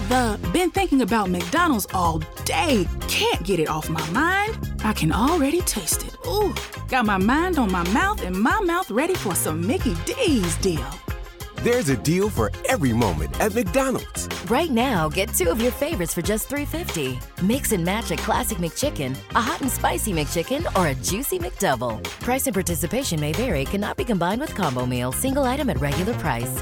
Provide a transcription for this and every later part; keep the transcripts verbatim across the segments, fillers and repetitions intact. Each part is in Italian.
The been thinking about McDonald's all day. Can't get it off my mind. I can already taste it. Ooh, got my mind on my mouth and my mouth ready for some Mickey D's deal. There's a deal for every moment at McDonald's. Right now, get two of your favorites for just three fifty. Mix and match a classic McChicken, a hot and spicy McChicken, or a juicy McDouble. Price and participation may vary. Cannot be combined with combo meal. Single item at regular price.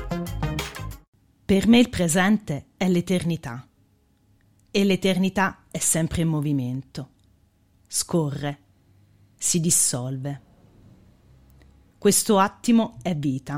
Per me il presente è l'eternità. E l'eternità è sempre in movimento. Scorre, si dissolve. Questo attimo è vita.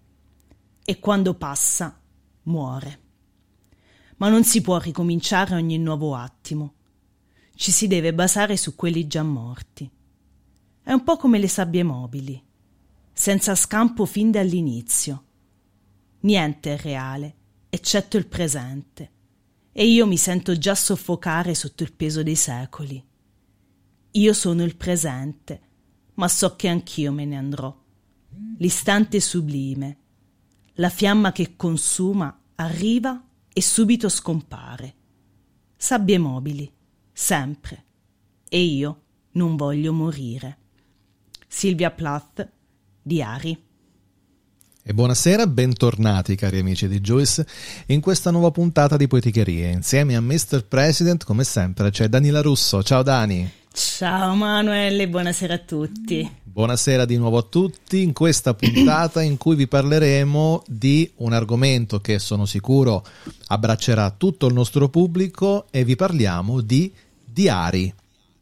E quando passa, muore. Ma non si può ricominciare ogni nuovo attimo. Ci si deve basare su quelli già morti. È un po' come le sabbie mobili, senza scampo fin dall'inizio. Niente è reale, eccetto il presente, e io mi sento già soffocare sotto il peso dei secoli. Io sono il presente, ma so che anch'io me ne andrò. L'istante sublime, la fiamma che consuma, arriva e subito scompare. Sabbie mobili, sempre. E io non voglio morire. Silvia Plath, Diari. E buonasera, bentornati cari amici di Juice in questa nuova puntata di Poeticherie. Insieme a mister President, come sempre, c'è Daniela Russo. Ciao Dani. Ciao Manuel, buonasera a tutti. Buonasera di nuovo a tutti in questa puntata in cui vi parleremo di un argomento che sono sicuro abbraccerà tutto il nostro pubblico e vi parliamo di diari.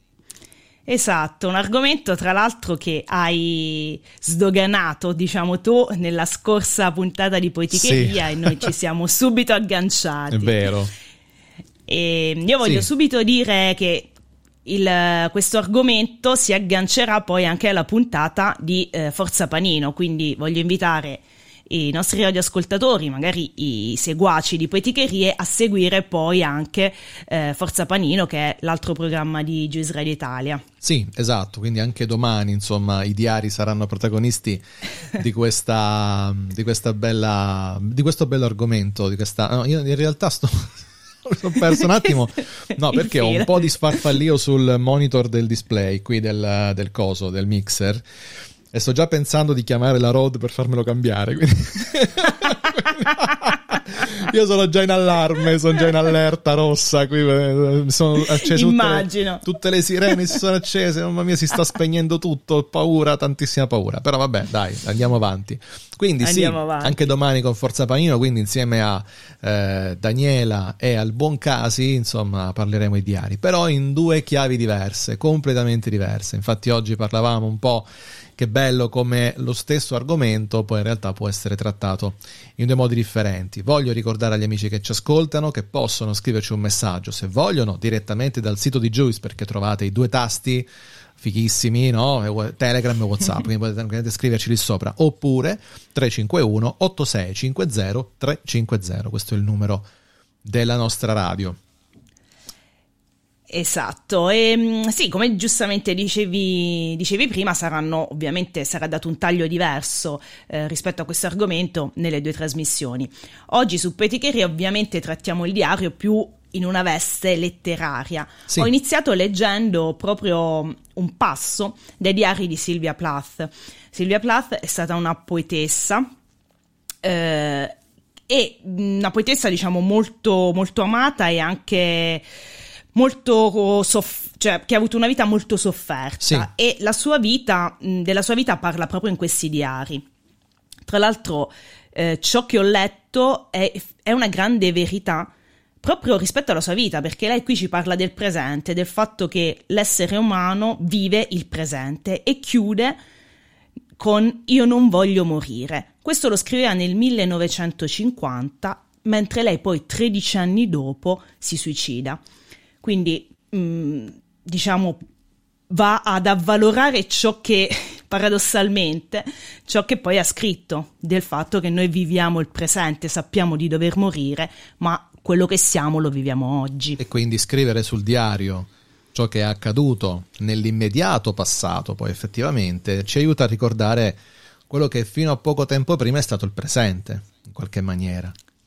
Esatto, un argomento tra l'altro che hai sdoganato, diciamo tu, nella scorsa puntata di Poeticheria, sì. E noi ci siamo subito agganciati. È vero. E io voglio sì. subito dire che il, questo argomento si aggancerà poi anche alla puntata di eh, Forza Panino, quindi voglio invitare i nostri radioascoltatori, magari i seguaci di Poeticherie, a seguire poi anche eh, Forza Panino, che è l'altro programma di Juice Radio Italia. Sì, esatto, quindi anche domani, insomma, i diari saranno protagonisti di questa di questa bella di questo bello argomento, di questa no, io in realtà sto mi sono perso un attimo, no, perché ho un po' di sfarfallio sul monitor del display qui del, del coso, del mixer, e sto già pensando di chiamare la Rode per farmelo cambiare, quindi io sono già in allarme, sono già in allerta rossa, qui mi sono accese tutte le, tutte le sirene si sono accese, mamma mia, si sta spegnendo tutto, paura, tantissima paura, però vabbè, dai, andiamo avanti. Quindi andiamo sì, avanti. Anche domani con Forza Panino, quindi insieme a eh, Daniela e al buon Casi, insomma, parleremo di diari, però in due chiavi diverse, completamente diverse. Infatti oggi parlavamo un po', che bello come lo stesso argomento poi in realtà può essere trattato in due modi differenti. Voglio ricordare agli amici che ci ascoltano che possono scriverci un messaggio, se vogliono, direttamente dal sito di Juice, perché trovate i due tasti fighissimi, no? Telegram e WhatsApp, quindi potete scriverci lì sopra, oppure tre cinque uno otto sei cinque zero tre cinque zero, questo è il numero della nostra radio. Esatto, e sì, come giustamente dicevi, dicevi prima, saranno ovviamente sarà dato un taglio diverso eh, rispetto a questo argomento nelle due trasmissioni. Oggi su Poeticheria ovviamente trattiamo il diario più in una veste letteraria. Sì. Ho iniziato leggendo proprio un passo dai diari di Silvia Plath. Silvia Plath è stata una poetessa eh, e una poetessa diciamo molto, molto amata e anche molto soff- cioè che ha avuto una vita molto sofferta, sì. E la sua vita, della sua vita parla proprio in questi diari. Tra l'altro eh, ciò che ho letto è, è una grande verità proprio rispetto alla sua vita, perché lei qui ci parla del presente, del fatto che l'essere umano vive il presente e chiude con "io non voglio morire". Questo lo scriveva nel millenovecentocinquanta, mentre lei poi tredici anni dopo si suicida. Quindi, mh, diciamo, va ad avvalorare ciò che, paradossalmente, ciò che poi ha scritto, del fatto che noi viviamo il presente, sappiamo di dover morire, ma quello che siamo lo viviamo oggi. E quindi scrivere sul diario ciò che è accaduto nell'immediato passato, poi effettivamente, ci aiuta a ricordare quello che fino a poco tempo prima è stato il presente, in qualche maniera.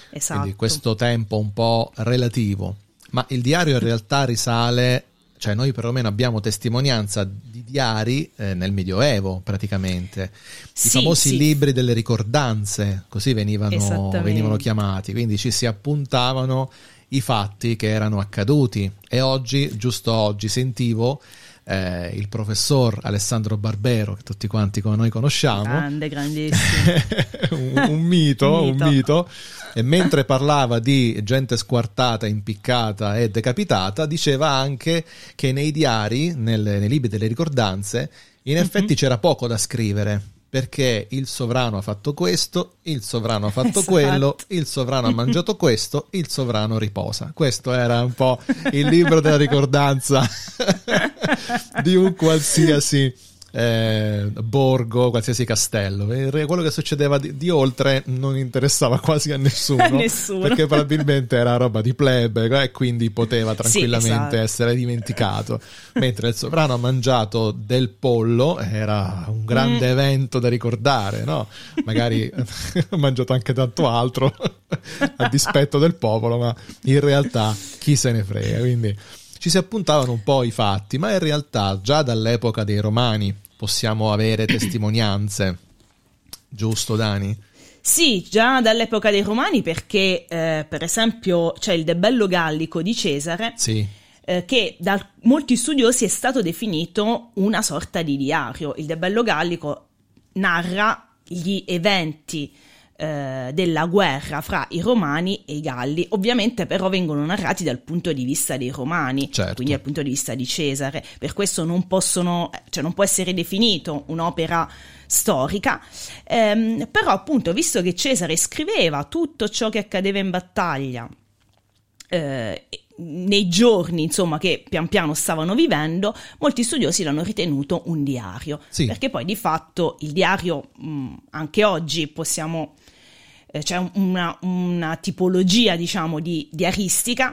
Esatto. Quindi questo tempo un po' relativo, ma il diario in realtà risale, cioè noi perlomeno abbiamo testimonianza di diari eh, nel Medioevo praticamente, i sì, famosi sì. libri delle ricordanze, così venivano, venivano chiamati, quindi ci si appuntavano i fatti che erano accaduti. E oggi, giusto oggi, sentivo eh, il professor Alessandro Barbero, che tutti quanti come noi conosciamo, grande, grandissimo, un, un mito, un mito. un mito, e mentre parlava di gente squartata, impiccata e decapitata, diceva anche che nei diari, nel, nei libri delle ricordanze, in effetti mm-hmm. c'era poco da scrivere, perché il sovrano ha fatto questo, il sovrano ha fatto esatto. quello, il sovrano ha mangiato questo, il sovrano riposa. Questo era un po' il libro della ricordanza di un qualsiasi eh, borgo, qualsiasi castello. Quello che succedeva di, di oltre non interessava quasi a nessuno, a nessuno, perché probabilmente era roba di plebe e quindi poteva tranquillamente sì, esatto. essere dimenticato. Mentre il sovrano ha mangiato del pollo, era un grande mm. evento da ricordare, no? Magari ha mangiato anche tanto altro a dispetto del popolo, ma in realtà chi se ne frega. Quindi ci si appuntavano un po' i fatti, ma in realtà già dall'epoca dei Romani possiamo avere testimonianze, giusto Dani? Sì, già dall'epoca dei Romani, perché eh, per esempio c'è il De Bello Gallico di Cesare, sì. eh, che da molti studiosi è stato definito una sorta di diario. Il De Bello Gallico narra gli eventi della guerra fra i Romani e i Galli, ovviamente però vengono narrati dal punto di vista dei Romani, certo. quindi dal punto di vista di Cesare, per questo non possono, cioè non può essere definito un'opera storica, ehm, però appunto visto che Cesare scriveva tutto ciò che accadeva in battaglia eh, nei giorni insomma che pian piano stavano vivendo, molti studiosi l'hanno ritenuto un diario, sì. perché poi di fatto il diario mh, anche oggi possiamo eh, c'è una, una tipologia diciamo di diaristica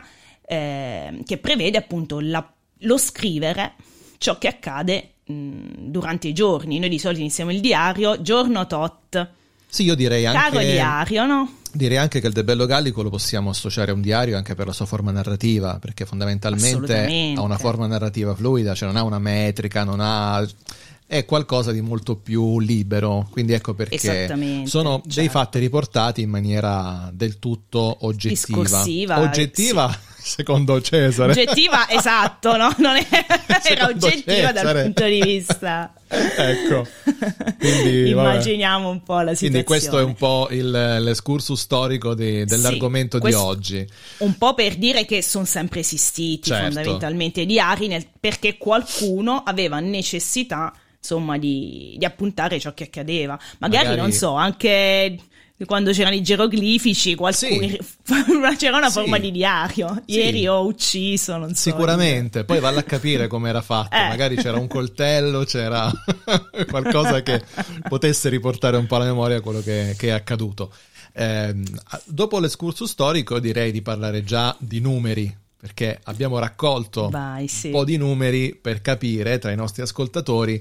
eh, che prevede appunto la, lo scrivere ciò che accade mh, durante i giorni. Noi di solito iniziamo il diario giorno tot. Sì, io direi anche caro diario, no? Direi anche che il De Bello Gallico lo possiamo associare a un diario anche per la sua forma narrativa, perché fondamentalmente ha una forma narrativa fluida, cioè non ha una metrica, non ha... è qualcosa di molto più libero, quindi ecco perché sono certo. dei fatti riportati in maniera del tutto oggettiva. Discorsiva. Oggettiva, sì. secondo Cesare. Oggettiva, esatto, no? Non è... era oggettiva Cesare. Dal punto di vista... ecco, quindi immaginiamo vabbè. Un po' la situazione. Quindi questo è un po' il, l'escursus storico di, dell'argomento sì, di oggi. Un po' per dire che sono sempre esistiti certo. fondamentalmente i diari, nel, perché qualcuno aveva necessità insomma di, di appuntare ciò che accadeva. Magari, Magari... non so, anche quando c'erano i geroglifici, qualcuno sì. c'era una forma sì. di diario. Ieri sì. ho ucciso, non so. Sicuramente, poi valla a capire come era fatto. Eh. Magari c'era un coltello, c'era qualcosa che potesse riportare un po' alla memoria quello che, che è accaduto. Eh, dopo l'escursus storico direi di parlare già di numeri, perché abbiamo raccolto Vai, sì. un po' di numeri per capire tra i nostri ascoltatori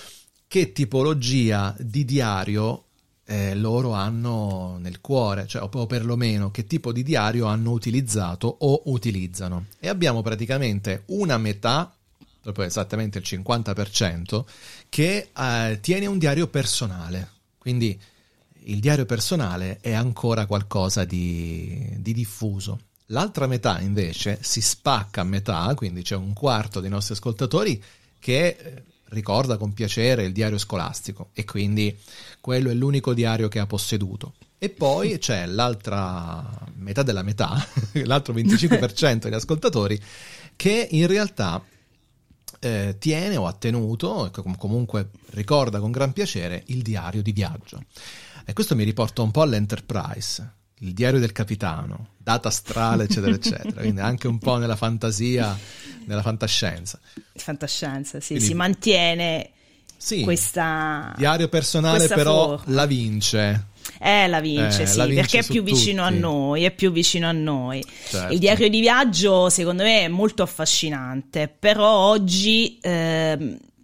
che tipologia di diario eh, loro hanno nel cuore, cioè o perlomeno che tipo di diario hanno utilizzato o utilizzano. E abbiamo praticamente una metà, proprio esattamente il cinquanta per cento, che eh, tiene un diario personale. Quindi il diario personale è ancora qualcosa di, di diffuso. L'altra metà invece si spacca a metà, quindi c'è un quarto dei nostri ascoltatori che ricorda con piacere il diario scolastico e quindi quello è l'unico diario che ha posseduto. E poi c'è l'altra metà della metà, l'altro venticinque per cento degli ascoltatori che in realtà eh, tiene o ha tenuto, comunque ricorda con gran piacere il diario di viaggio. E questo mi riporta un po' all'Enterprise, il diario del capitano, data astrale, eccetera, eccetera. Quindi anche un po' nella fantasia, nella fantascienza. Fantascienza, sì, Quindi, si mantiene sì, questa diario personale, questa però forma. la vince. Eh, la vince, eh, sì, la vince perché è più vicino tutti. a noi, è più vicino a noi. Certo. Il diario di viaggio, secondo me, è molto affascinante, però oggi... Eh,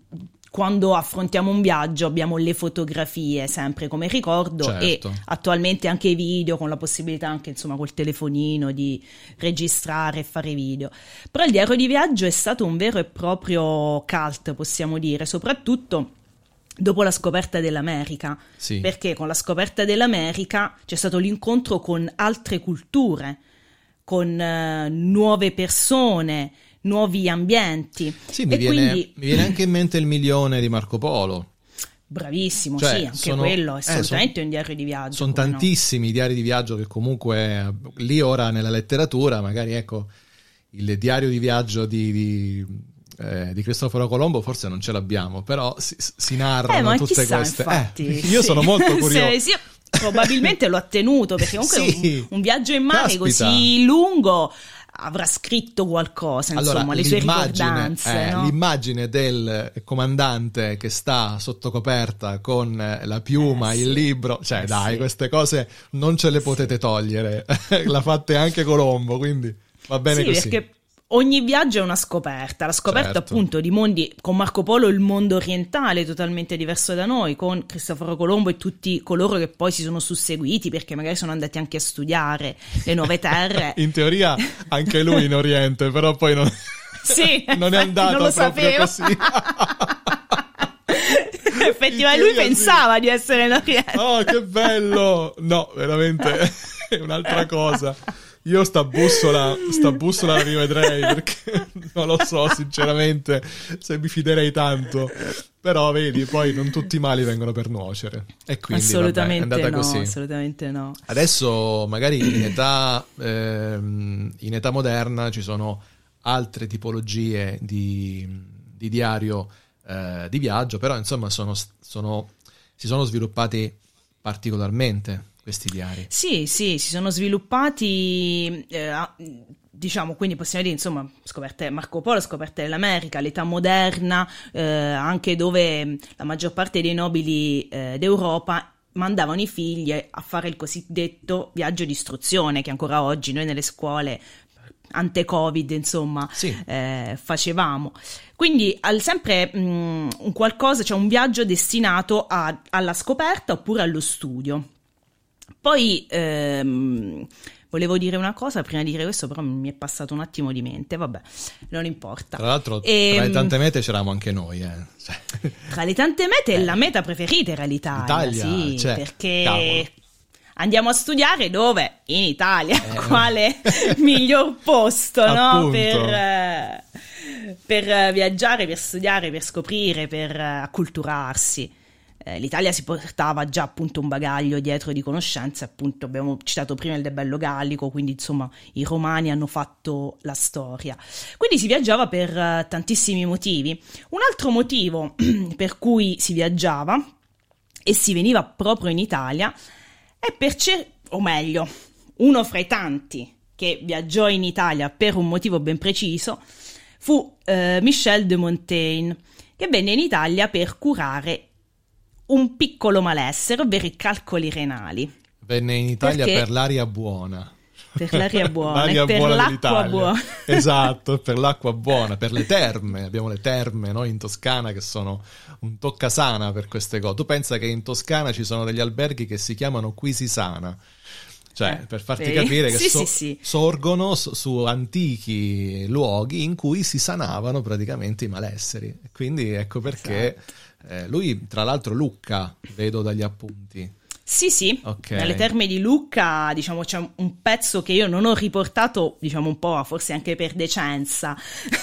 quando affrontiamo un viaggio abbiamo le fotografie sempre come ricordo, certo. E attualmente anche i video, con la possibilità anche insomma col telefonino di registrare e fare video. Però il diario di viaggio è stato un vero e proprio cult, possiamo dire, soprattutto dopo la scoperta dell'America, sì. Perché con la scoperta dell'America c'è stato l'incontro con altre culture, con uh, nuove persone, nuovi ambienti. Sì, mi, e viene, quindi... mi viene anche in mente il milione di Marco Polo. Bravissimo, cioè, sì, anche sono, quello è assolutamente eh, son, un diario di viaggio. Sono tantissimi no? diari di viaggio che comunque lì ora nella letteratura, magari ecco, il diario di viaggio di... di Eh, di Cristoforo Colombo forse non ce l'abbiamo, però si, si narrano eh, tutte chissà, queste infatti, eh, io sì. sono molto curioso. Se, sì, probabilmente lo ha tenuto, perché comunque sì. un, un viaggio in mare Caspita. Così lungo avrà scritto qualcosa, insomma, allora, le sue ricordanze, eh, no? l'immagine del comandante che sta sotto coperta con la piuma, eh, il sì. libro, cioè eh, dai, sì. queste cose non ce le potete togliere. L'ha fatte anche Colombo, quindi va bene sì, così. Perché ogni viaggio è una scoperta, la scoperta certo. appunto di mondi, con Marco Polo il mondo orientale totalmente diverso da noi, con Cristoforo Colombo e tutti coloro che poi si sono susseguiti perché magari sono andati anche a studiare le nuove terre. In teoria anche lui in Oriente, però poi non, sì, non è andato non lo proprio sapevo. così. Effettivamente lui pensava sì. di essere in Oriente. Oh, che bello! No, veramente è un'altra cosa. Io sta bussola, sta bussola la rivedrei perché non lo so sinceramente se mi fiderei tanto, però vedi poi non tutti i mali vengono per nuocere e quindi assolutamente vabbè, è andata no, così. assolutamente no. Adesso magari in età, ehm, in età moderna ci sono altre tipologie di, di diario eh, di viaggio, però insomma sono, sono, si sono sviluppati particolarmente questi diari. Sì, sì, si sono sviluppati, eh, diciamo, quindi possiamo dire, insomma, scoperte Marco Polo, scoperte dell'America, l'età moderna, eh, anche dove la maggior parte dei nobili eh, d'Europa mandavano i figli a fare il cosiddetto viaggio di istruzione, che ancora oggi noi nelle scuole ante-Covid, insomma, sì. eh, facevamo. Quindi al, sempre mh, un qualcosa, cioè un viaggio destinato a, alla scoperta oppure allo studio. Poi ehm, volevo dire una cosa prima di dire questo, però mi è passato un attimo di mente, vabbè, non importa. Tra l'altro e, tra le tante mete c'eravamo anche noi. Eh. Tra le tante mete eh. la meta preferita era l'Italia, Italia, sì, cioè, perché cavolo. Andiamo a studiare dove? In Italia, eh. Quale miglior posto, no? Per, eh, per viaggiare, per studiare, per scoprire, per uh, acculturarsi. Eh, L'Italia si portava già appunto un bagaglio dietro di conoscenze, appunto abbiamo citato prima il Debello Gallico, quindi insomma i romani hanno fatto la storia. Quindi si viaggiava per uh, tantissimi motivi. Un altro motivo per cui si viaggiava e si veniva proprio in Italia è per cer- o meglio, uno fra i tanti che viaggiò in Italia per un motivo ben preciso fu uh, Michel de Montaigne, che venne in Italia per curare un piccolo malessere, ovvero i calcoli renali. Venne in Italia Perché? per l'aria buona. Per l'aria buona, l'aria e per buona l'acqua dell'Italia. buona. Esatto, per l'acqua buona, per le terme. Abbiamo le terme, no, in Toscana che sono un toccasana per queste cose. Tu pensa che in Toscana ci sono degli alberghi che si chiamano Qui si sana. Cioè, Eh, per farti sì. capire che Sì, so- sì, sì. sorgono su, su antichi luoghi in cui si sanavano praticamente i malesseri. Quindi ecco perché Esatto. eh, lui, tra l'altro Lucca, vedo dagli appunti. Sì, sì, Ok. nelle terme di Lucca, diciamo, c'è un pezzo che io non ho riportato, diciamo un po', forse anche per decenza,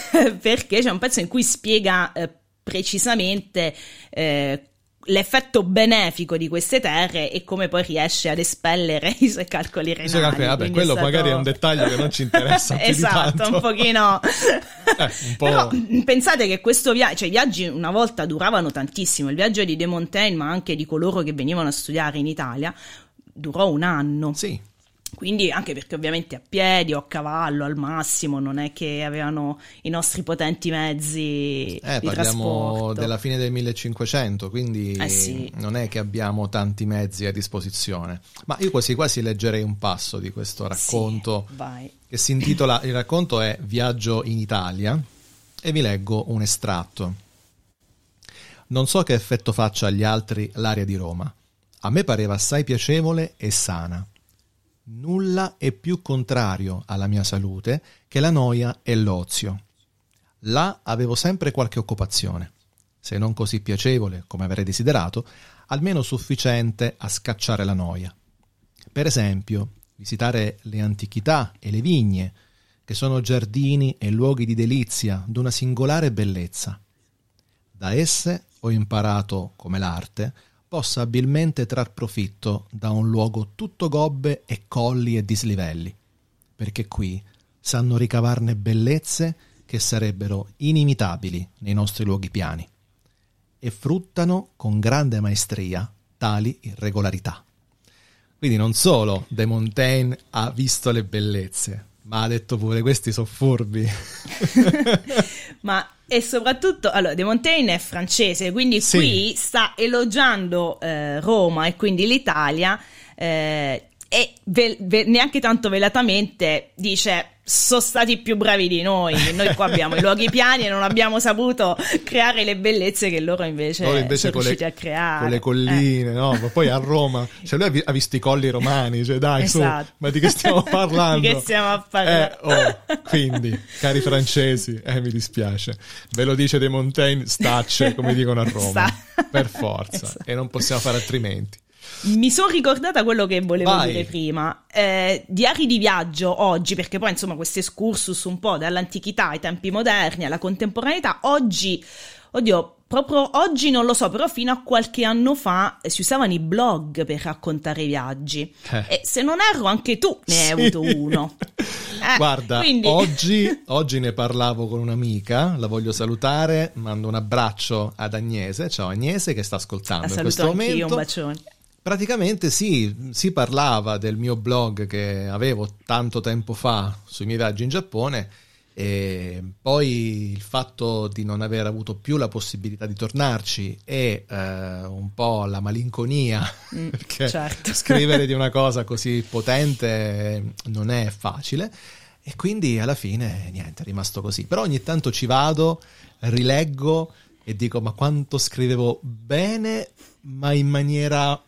perché c'è un pezzo in cui spiega eh, precisamente eh, l'effetto benefico di queste terre e come poi riesce ad espellere i suoi calcoli renali. Sì, vabbè, Quindi quello è stato... magari è un dettaglio che non ci interessa più esatto, di tanto. un pochino. Eh, un po'... Però pensate che questo viaggio, cioè i viaggi una volta duravano tantissimo. Il viaggio di De Montaigne, ma anche di coloro che venivano a studiare in Italia, durò un anno. Sì. Quindi anche perché ovviamente a piedi o a cavallo al massimo, non è che avevano i nostri potenti mezzi Eh, di parliamo trasporto. della fine del millecinquecento, quindi Eh sì. non è che abbiamo tanti mezzi a disposizione. Ma io quasi quasi leggerei un passo di questo racconto, Sì, vai. che si intitola, il racconto è Viaggio in Italia, e vi leggo un estratto. Non so che effetto faccia agli altri l'aria di Roma. A me pareva assai piacevole e sana. Nulla è più contrario alla mia salute che la noia e l'ozio. Là avevo sempre qualche occupazione, se non così piacevole come avrei desiderato, almeno sufficiente a scacciare la noia. Per esempio, visitare le antichità e le vigne, che sono giardini e luoghi di delizia d'una singolare bellezza. Da esse ho imparato, come l'arte, possa abilmente trar profitto da un luogo tutto gobbe e colli e dislivelli, perché qui sanno ricavarne bellezze che sarebbero inimitabili nei nostri luoghi piani, e fruttano con grande maestria tali irregolarità. Quindi non solo De Montaigne ha visto le bellezze, ma ha detto pure questi sono furbi. Ma e soprattutto, allora, De Montaigne è francese, quindi sì, qui sta elogiando eh, Roma e quindi l'Italia, eh, e ve, ve, neanche tanto velatamente dice sono stati più bravi di noi, noi qua abbiamo i luoghi piani e non abbiamo saputo creare le bellezze che loro invece, loro invece sono riusciti le, a creare con le colline, eh. no? Ma poi a Roma, cioè lui ha visto i colli romani, cioè dai, esatto. su, ma di che stiamo parlando? Di che stiamo a parlare? Eh, oh, quindi, cari francesi, eh, mi dispiace, ve lo dice De Montaigne, stacce, come dicono a Roma, Sta. per forza, esatto. E non possiamo fare altrimenti. Mi sono ricordata quello che volevo Vai. dire prima, eh, diari di viaggio oggi, perché poi insomma questo excursus un po' dall'antichità ai tempi moderni alla contemporaneità, oggi, oddio, proprio oggi non lo so, però fino a qualche anno fa si usavano i blog per raccontare i viaggi, eh. e se non erro anche tu ne hai sì. avuto uno. Eh, Guarda, quindi... oggi, oggi ne parlavo con un'amica, la voglio salutare, mando un abbraccio ad Agnese, ciao Agnese che sta ascoltando la in questo momento. Io, un bacione. Praticamente sì, si parlava del mio blog che avevo tanto tempo fa sui miei viaggi in Giappone, e poi il fatto di non aver avuto più la possibilità di tornarci e eh, un po' la malinconia, mm, perché certo. scrivere di una cosa così potente non è facile, e quindi alla fine niente, è rimasto così. Però ogni tanto ci vado, rileggo e dico ma quanto scrivevo bene, ma in maniera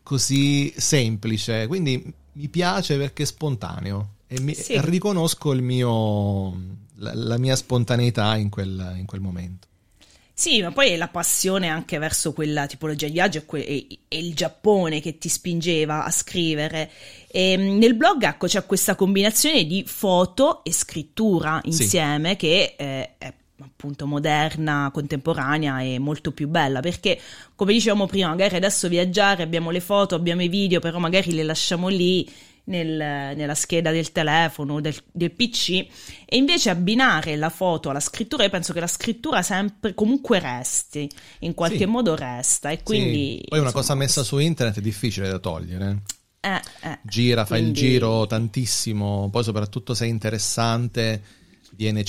così semplice, quindi mi piace perché è spontaneo e mi, sì. riconosco il mio la, la mia spontaneità in quel, in quel momento. Sì, ma poi è la passione anche verso quella tipologia di viaggio e, que- e, e il Giappone che ti spingeva a scrivere. E nel blog, ecco, c'è questa combinazione di foto e scrittura insieme, sì. che eh, è appunto moderna, contemporanea e molto più bella, perché come dicevamo prima, magari adesso viaggiare, abbiamo le foto, abbiamo i video, però magari le lasciamo lì nel, nella scheda del telefono, del, del P C, e invece abbinare la foto alla scrittura, io penso che la scrittura sempre comunque resti, in qualche sì. modo resta, e quindi... Sì. Poi una insomma, cosa messa su internet è difficile da togliere. Eh, eh, Gira, fa quindi... il giro tantissimo, poi soprattutto se è interessante... viene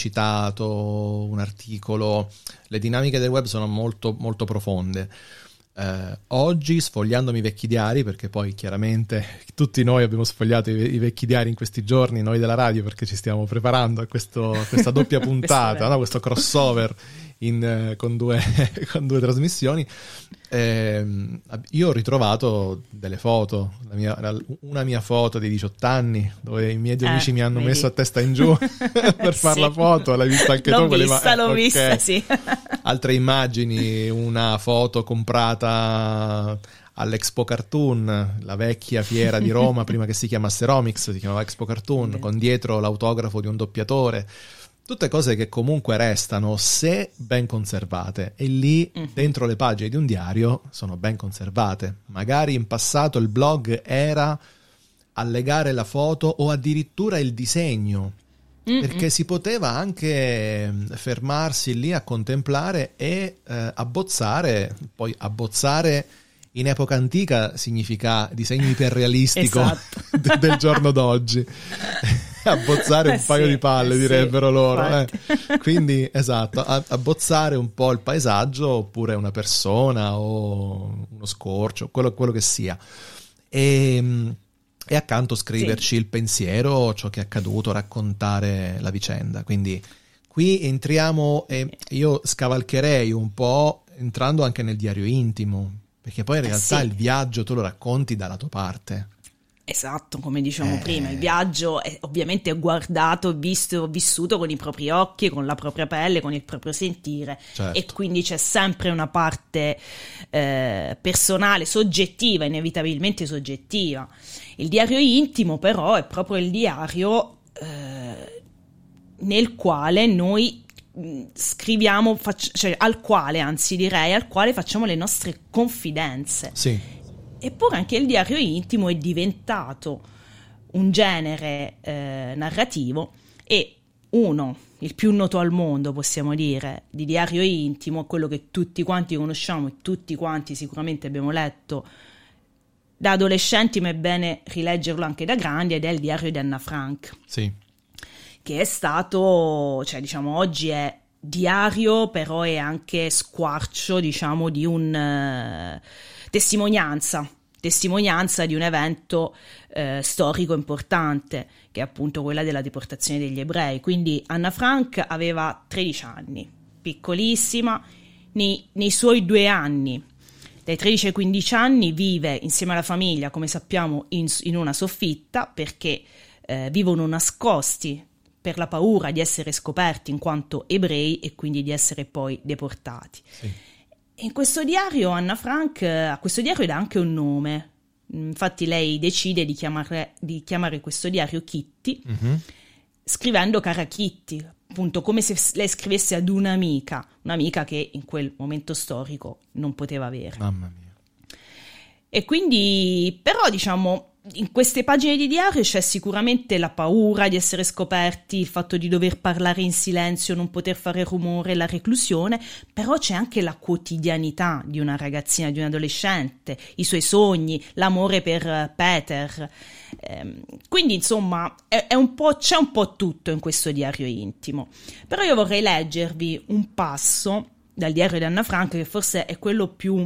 citato un articolo, le dinamiche del web sono molto molto profonde. Eh, oggi, sfogliandomi i vecchi diari, perché poi chiaramente tutti noi abbiamo sfogliato i, i vecchi diari in questi giorni, noi della radio, perché ci stiamo preparando a, questo, a questa doppia puntata, no? Questo crossover in, con, due, con due trasmissioni. Eh, io ho ritrovato delle foto, la mia, una mia foto di diciotto anni dove i miei due amici eh, mi hanno vedi. messo a testa in giù per fare sì. la foto, l'hai vista anche l'ho tu? Vista, eh, l'ho okay. vista, sì. Altre immagini, una foto comprata all'Expo Cartoon, la vecchia fiera di Roma prima che si chiamasse Romix, si chiamava Expo Cartoon, con dietro l'autografo di un doppiatore. Tutte cose che comunque restano se ben conservate, e lì mm. dentro le pagine di un diario sono ben conservate. Magari in passato il blog era allegare la foto o addirittura il disegno, Mm-mm. perché si poteva anche fermarsi lì a contemplare e eh, abbozzare. Poi abbozzare in epoca antica significa disegno iperrealistico esatto. de- del giorno d'oggi. Abbozzare un eh paio sì, di palle, eh direbbero sì, loro. Eh. Quindi, esatto, abbozzare un po' il paesaggio, oppure una persona o uno scorcio, quello, quello che sia. E, e accanto scriverci sì. il pensiero, ciò che è accaduto, raccontare la vicenda. Quindi qui entriamo e io scavalcherei un po' entrando anche nel diario intimo, perché poi in realtà eh sì. il viaggio tu lo racconti dalla tua parte. Esatto, come dicevamo eh. prima, il viaggio è ovviamente guardato, visto, vissuto con i propri occhi, con la propria pelle, con il proprio sentire, certo. E quindi c'è sempre una parte eh, personale, soggettiva, inevitabilmente soggettiva. Il diario intimo però è proprio il diario eh, nel quale noi mh, scriviamo, fac- cioè al quale anzi direi, al quale facciamo le nostre confidenze. Sì. Eppure anche il diario intimo è diventato un genere eh, narrativo e uno, il più noto al mondo possiamo dire, di diario intimo, quello che tutti quanti conosciamo e tutti quanti sicuramente abbiamo letto da adolescenti, ma è bene rileggerlo anche da grandi, ed è il diario di Anna Frank. Sì. Che è stato, cioè diciamo oggi è diario, però è anche squarcio, diciamo, di un... Uh, testimonianza, testimonianza di un evento eh, storico importante, che è appunto quella della deportazione degli ebrei. Quindi Anna Frank aveva tredici anni, piccolissima, nei, nei suoi due anni, dai tredici ai quindici anni, vive insieme alla famiglia, come sappiamo, in, in una soffitta, perché eh, vivono nascosti per la paura di essere scoperti in quanto ebrei e quindi di essere poi deportati. Sì. In questo diario Anna Frank, a questo diario dà anche un nome, infatti lei decide di chiamare, di chiamare questo diario Kitty, mm-hmm. scrivendo cara Kitty, appunto come se lei scrivesse ad un'amica, un'amica che in quel momento storico non poteva avere. Mamma mia. E quindi, però diciamo, in queste pagine di diario c'è sicuramente la paura di essere scoperti, il fatto di dover parlare in silenzio, non poter fare rumore, la reclusione, però c'è anche la quotidianità di una ragazzina, di un adolescente, i suoi sogni, l'amore per Peter. Ehm, quindi insomma è, è un po', c'è un po' tutto in questo diario intimo. Però io vorrei leggervi un passo dal diario di Anna Frank, che forse è quello più,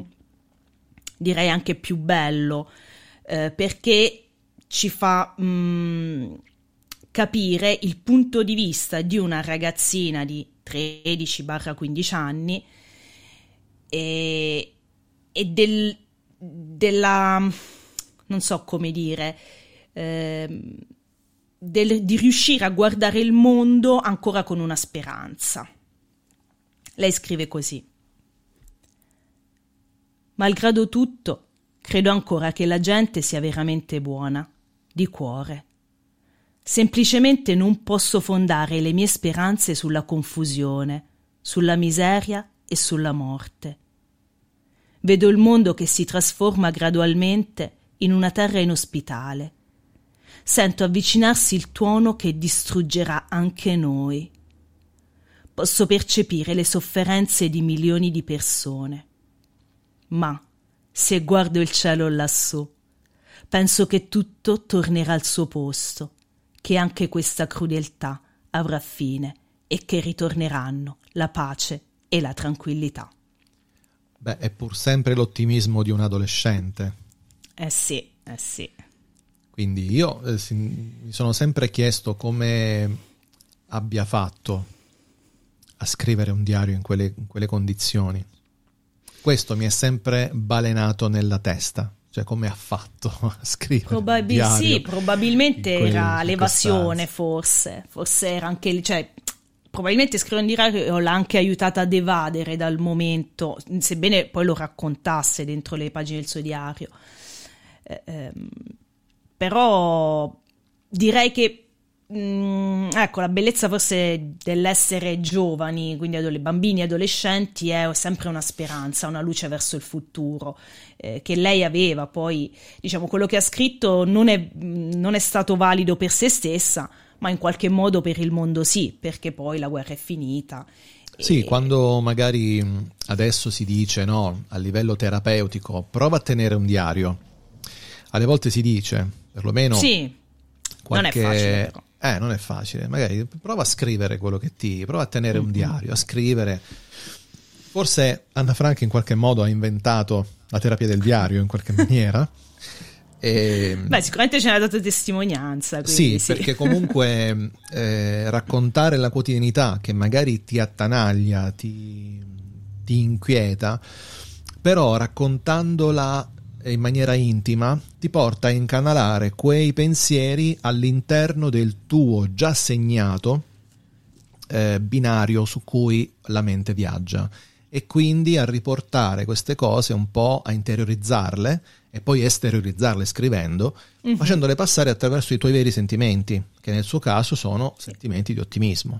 direi anche più bello, Eh, perché ci fa mh, capire il punto di vista di una ragazzina di tredici quindici anni e, e del, della, non so come dire, eh, del, di riuscire a guardare il mondo ancora con una speranza. Lei scrive così: malgrado tutto, credo ancora che la gente sia veramente buona, di cuore. Semplicemente non posso fondare le mie speranze sulla confusione, sulla miseria e sulla morte. Vedo il mondo che si trasforma gradualmente in una terra inospitale. Sento avvicinarsi il tuono che distruggerà anche noi. Posso percepire le sofferenze di milioni di persone. Ma se guardo il cielo lassù, penso che tutto tornerà al suo posto, che anche questa crudeltà avrà fine e che ritorneranno la pace e la tranquillità. Beh, è pur sempre l'ottimismo di un adolescente. Eh sì, eh sì. Quindi io eh, si, mi sono sempre chiesto come abbia fatto a scrivere un diario in quelle, in quelle condizioni. Questo mi è sempre balenato nella testa, cioè come ha fatto a scrivere Probabil- un diario. Sì, probabilmente quelle, era l'evasione, forse, forse era anche, cioè, probabilmente scrivere un diario l'ha anche aiutata ad evadere dal momento, sebbene poi lo raccontasse dentro le pagine del suo diario. Eh, ehm, però direi che Mm, ecco, la bellezza forse dell'essere giovani, quindi adole- bambini e adolescenti, è sempre una speranza, una luce verso il futuro eh, che lei aveva. Poi, diciamo, quello che ha scritto non è, non è stato valido per se stessa, ma in qualche modo per il mondo sì, perché poi la guerra è finita. Sì, e... quando magari adesso si dice, no, a livello terapeutico, prova a tenere un diario. Alle volte si dice, perlomeno... Sì, qualche... non è facile però. Eh, non è facile, magari prova a scrivere quello che ti... prova a tenere un diario, a scrivere. Forse Anna Frank in qualche modo ha inventato la terapia del diario in qualche maniera. E... Beh, sicuramente ce n'ha dato testimonianza. Sì, sì, perché comunque eh, raccontare la quotidianità che magari ti attanaglia, ti, ti inquieta, però raccontandola in maniera intima ti porta a incanalare quei pensieri all'interno del tuo già segnato eh, binario su cui la mente viaggia, e quindi a riportare queste cose un po', a interiorizzarle e poi esteriorizzarle scrivendo, mm-hmm. facendole passare attraverso i tuoi veri sentimenti, che nel suo caso sono sì. sentimenti di ottimismo.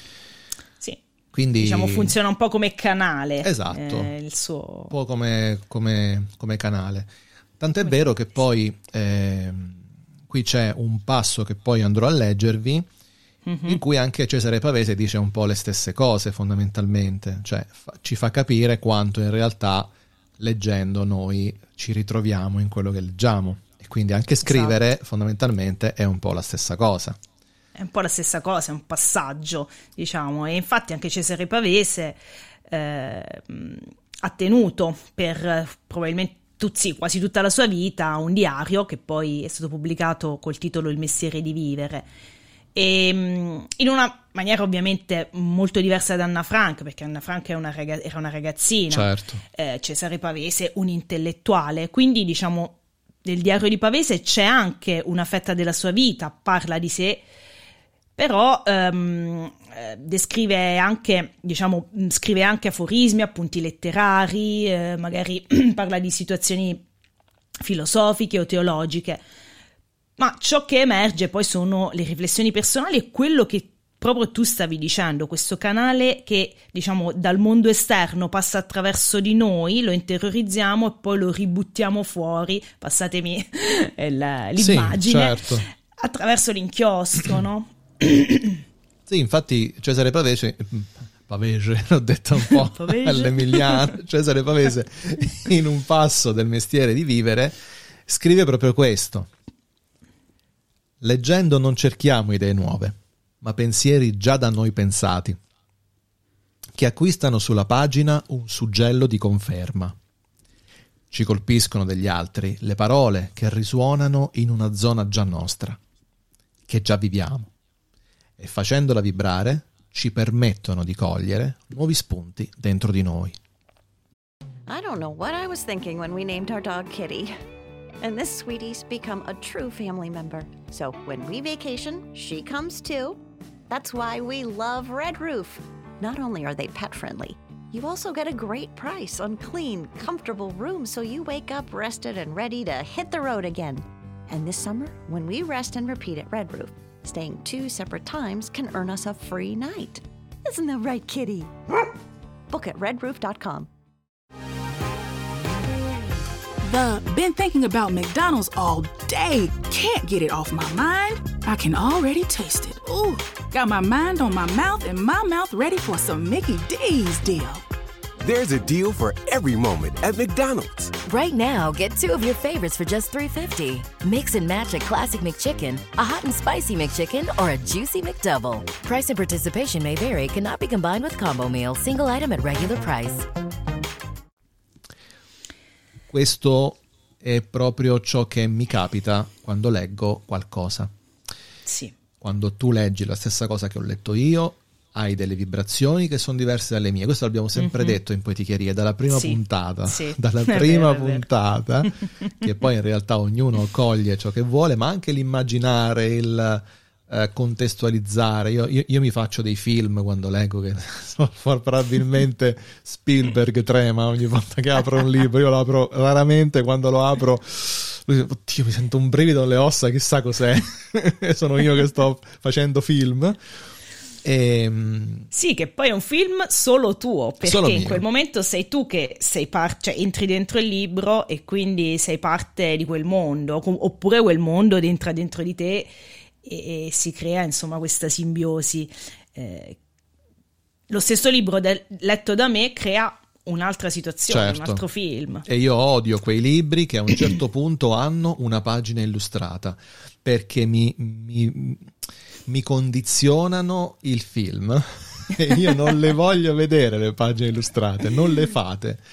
Sì. Quindi, diciamo, funziona un po' come canale. Esatto, eh, il suo... un po' come, come, come canale. Tant'è come vero che poi eh, qui c'è un passo che poi andrò a leggervi, mm-hmm. in cui anche Cesare Pavese dice un po' le stesse cose fondamentalmente, cioè fa, ci fa capire quanto in realtà leggendo noi ci ritroviamo in quello che leggiamo, e quindi anche scrivere esatto. fondamentalmente è un po' la stessa cosa. È un po' la stessa cosa, è un passaggio, diciamo, e infatti anche Cesare Pavese eh, ha tenuto per probabilmente sì, quasi tutta la sua vita a un diario che poi è stato pubblicato col titolo Il mestiere di vivere, e in una maniera ovviamente molto diversa da Anna Frank, perché Anna Frank era una, ragaz- era una ragazzina, certo. eh, Cesare Pavese un intellettuale, quindi diciamo nel diario di Pavese c'è anche una fetta della sua vita, parla di sé, però ehm, eh, descrive anche, diciamo, scrive anche aforismi, appunti letterari, eh, magari parla di situazioni filosofiche o teologiche, ma ciò che emerge poi sono le riflessioni personali e quello che proprio tu stavi dicendo, questo canale che, diciamo, dal mondo esterno passa attraverso di noi, lo interiorizziamo e poi lo ributtiamo fuori, passatemi l'immagine, sì, certo. attraverso l'inchiostro, no? Sì, infatti Cesare Pavese, Pavese, l'ho detto un po' all'emiliano, Cesare Pavese in un passo del mestiere di vivere scrive proprio questo: leggendo non cerchiamo idee nuove, ma pensieri già da noi pensati, che acquistano sulla pagina un suggello di conferma. Ci colpiscono degli altri le parole che risuonano in una zona già nostra, che già viviamo, e facendola vibrare ci permettono di cogliere nuovi spunti dentro di noi. I don't know what I was thinking when we named our dog Kitty. And this sweetie's become a true family member. So when we vacation, she comes too. That's why we love Red Roof. Not only are they pet friendly, you also get a great price on clean, comfortable rooms so you wake up rested and ready to hit the road again. And this summer, when we rest and repeat at Red Roof, staying two separate times can earn us a free night. Isn't that right, Kitty? Book at red roof dot com. The been thinking about McDonald's all day. Can't get it off my mind. I can already taste it. Ooh, got my mind on my mouth and my mouth ready for some Mickey D's deal. There's a deal for every moment at McDonald's. Right now, get two of your favorites for just three fifty. Mix and match a classic McChicken, a hot and spicy McChicken, or a juicy McDouble. Price and participation may vary. Cannot be combined with combo meal. Single item at regular price. Questo è proprio ciò che mi capita quando leggo qualcosa. Sì. Quando tu leggi la stessa cosa che ho letto io, hai delle vibrazioni che sono diverse dalle mie. Questo l'abbiamo sempre mm-hmm. detto in Poeticheria, dalla prima sì, puntata. Sì. Dalla prima vero, puntata, che poi in realtà ognuno coglie ciò che vuole, ma anche l'immaginare, il eh, contestualizzare. Io, io, io mi faccio dei film quando leggo che probabilmente Spielberg trema ogni volta che apro un libro. Io lo apro raramente, quando lo apro oddio, mi sento un brivido nelle ossa, chissà cos'è. Sono io che sto facendo film. E... sì, che poi è un film solo tuo, perché solo in quel momento sei tu che sei parte, cioè entri dentro il libro e quindi sei parte di quel mondo, oppure quel mondo entra dentro di te e, e si crea insomma questa simbiosi. Eh, lo stesso libro del, letto da me crea un'altra situazione, certo. Un altro film. E io odio quei libri che a un certo punto hanno una pagina illustrata, perché mi, mi, mi condizionano il film e io non le voglio vedere le pagine illustrate, non le fate.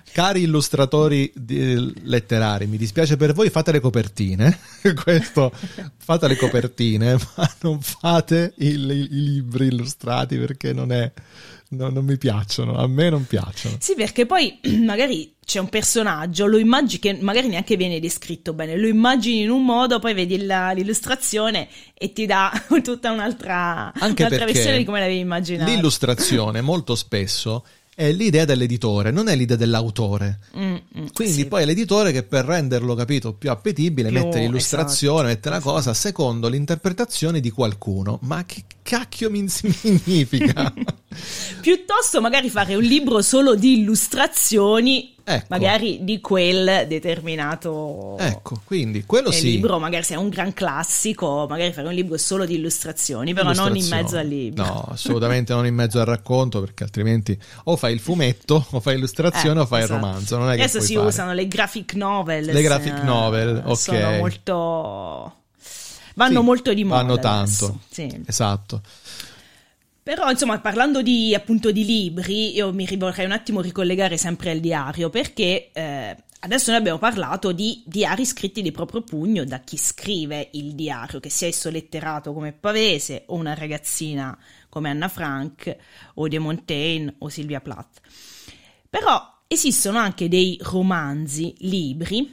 Cari illustratori di, letterari, mi dispiace per voi, fate le copertine. Questo, fate le copertine, ma non fate il, i, i libri illustrati, perché non è... No, non mi piacciono, a me non piacciono. Sì, perché poi magari c'è un personaggio, lo immagini, che magari neanche viene descritto bene, lo immagini in un modo, poi vedi la, l'illustrazione e ti dà tutta un'altra, Anche un'altra versione di come l'avevi immaginato. L'illustrazione molto spesso è l'idea dell'editore, non è l'idea dell'autore. Mm, mm, Quindi sì. Poi è l'editore che, per renderlo, capito, più appetibile, più, mette l'illustrazione, esatto, mette una cosa secondo l'interpretazione di qualcuno. Ma che cacchio mi significa? Piuttosto magari fare un libro solo di illustrazioni, ecco, magari di quel determinato, ecco, quindi quello sì, libro, magari se è un gran classico, magari fare un libro solo di illustrazioni, però non in mezzo al libro. No, assolutamente non in mezzo al racconto, perché altrimenti o fai il fumetto, o fai illustrazione, eh, o fai esatto. il romanzo. Non è che adesso si fare. usano le graphic novel. Le graphic novel, ok. Sono molto... vanno sì, molto di moda. Vanno tanto, sì. Esatto. Però, insomma, parlando di, appunto, di libri, io mi vorrei un attimo ricollegare sempre al diario, perché eh, adesso noi abbiamo parlato di diari scritti di proprio pugno da chi scrive il diario, che sia esso letterato come Pavese, o una ragazzina come Anna Frank, o De Montaigne, o Sylvia Plath. Però esistono anche dei romanzi, libri,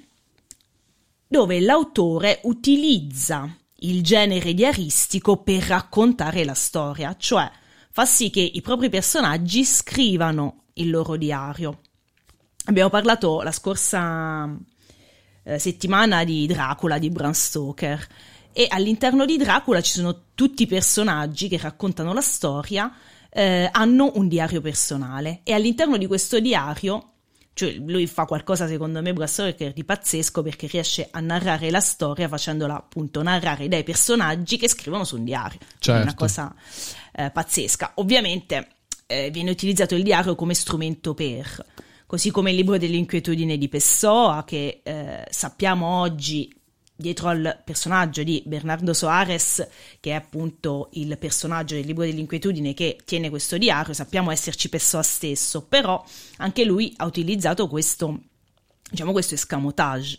dove l'autore utilizza il genere diaristico per raccontare la storia, cioè fa sì che i propri personaggi scrivano il loro diario. Abbiamo parlato la scorsa eh, settimana di Dracula di Bram Stoker, e all'interno di Dracula ci sono tutti i personaggi che raccontano la storia, eh, hanno un diario personale, e all'interno di questo diario, cioè lui fa qualcosa secondo me Bram Stoker di pazzesco, perché riesce a narrare la storia facendola appunto narrare dai personaggi che scrivono su un diario. Certo. È una cosa eh, pazzesca. Ovviamente eh, viene utilizzato il diario come strumento per, così come il libro dell'inquietudine di Pessoa, che eh, sappiamo oggi dietro al personaggio di Bernardo Soares, che è appunto il personaggio del libro dell'inquietudine che tiene questo diario, sappiamo esserci Pessoa stesso, però anche lui ha utilizzato questo, diciamo, questo escamotage.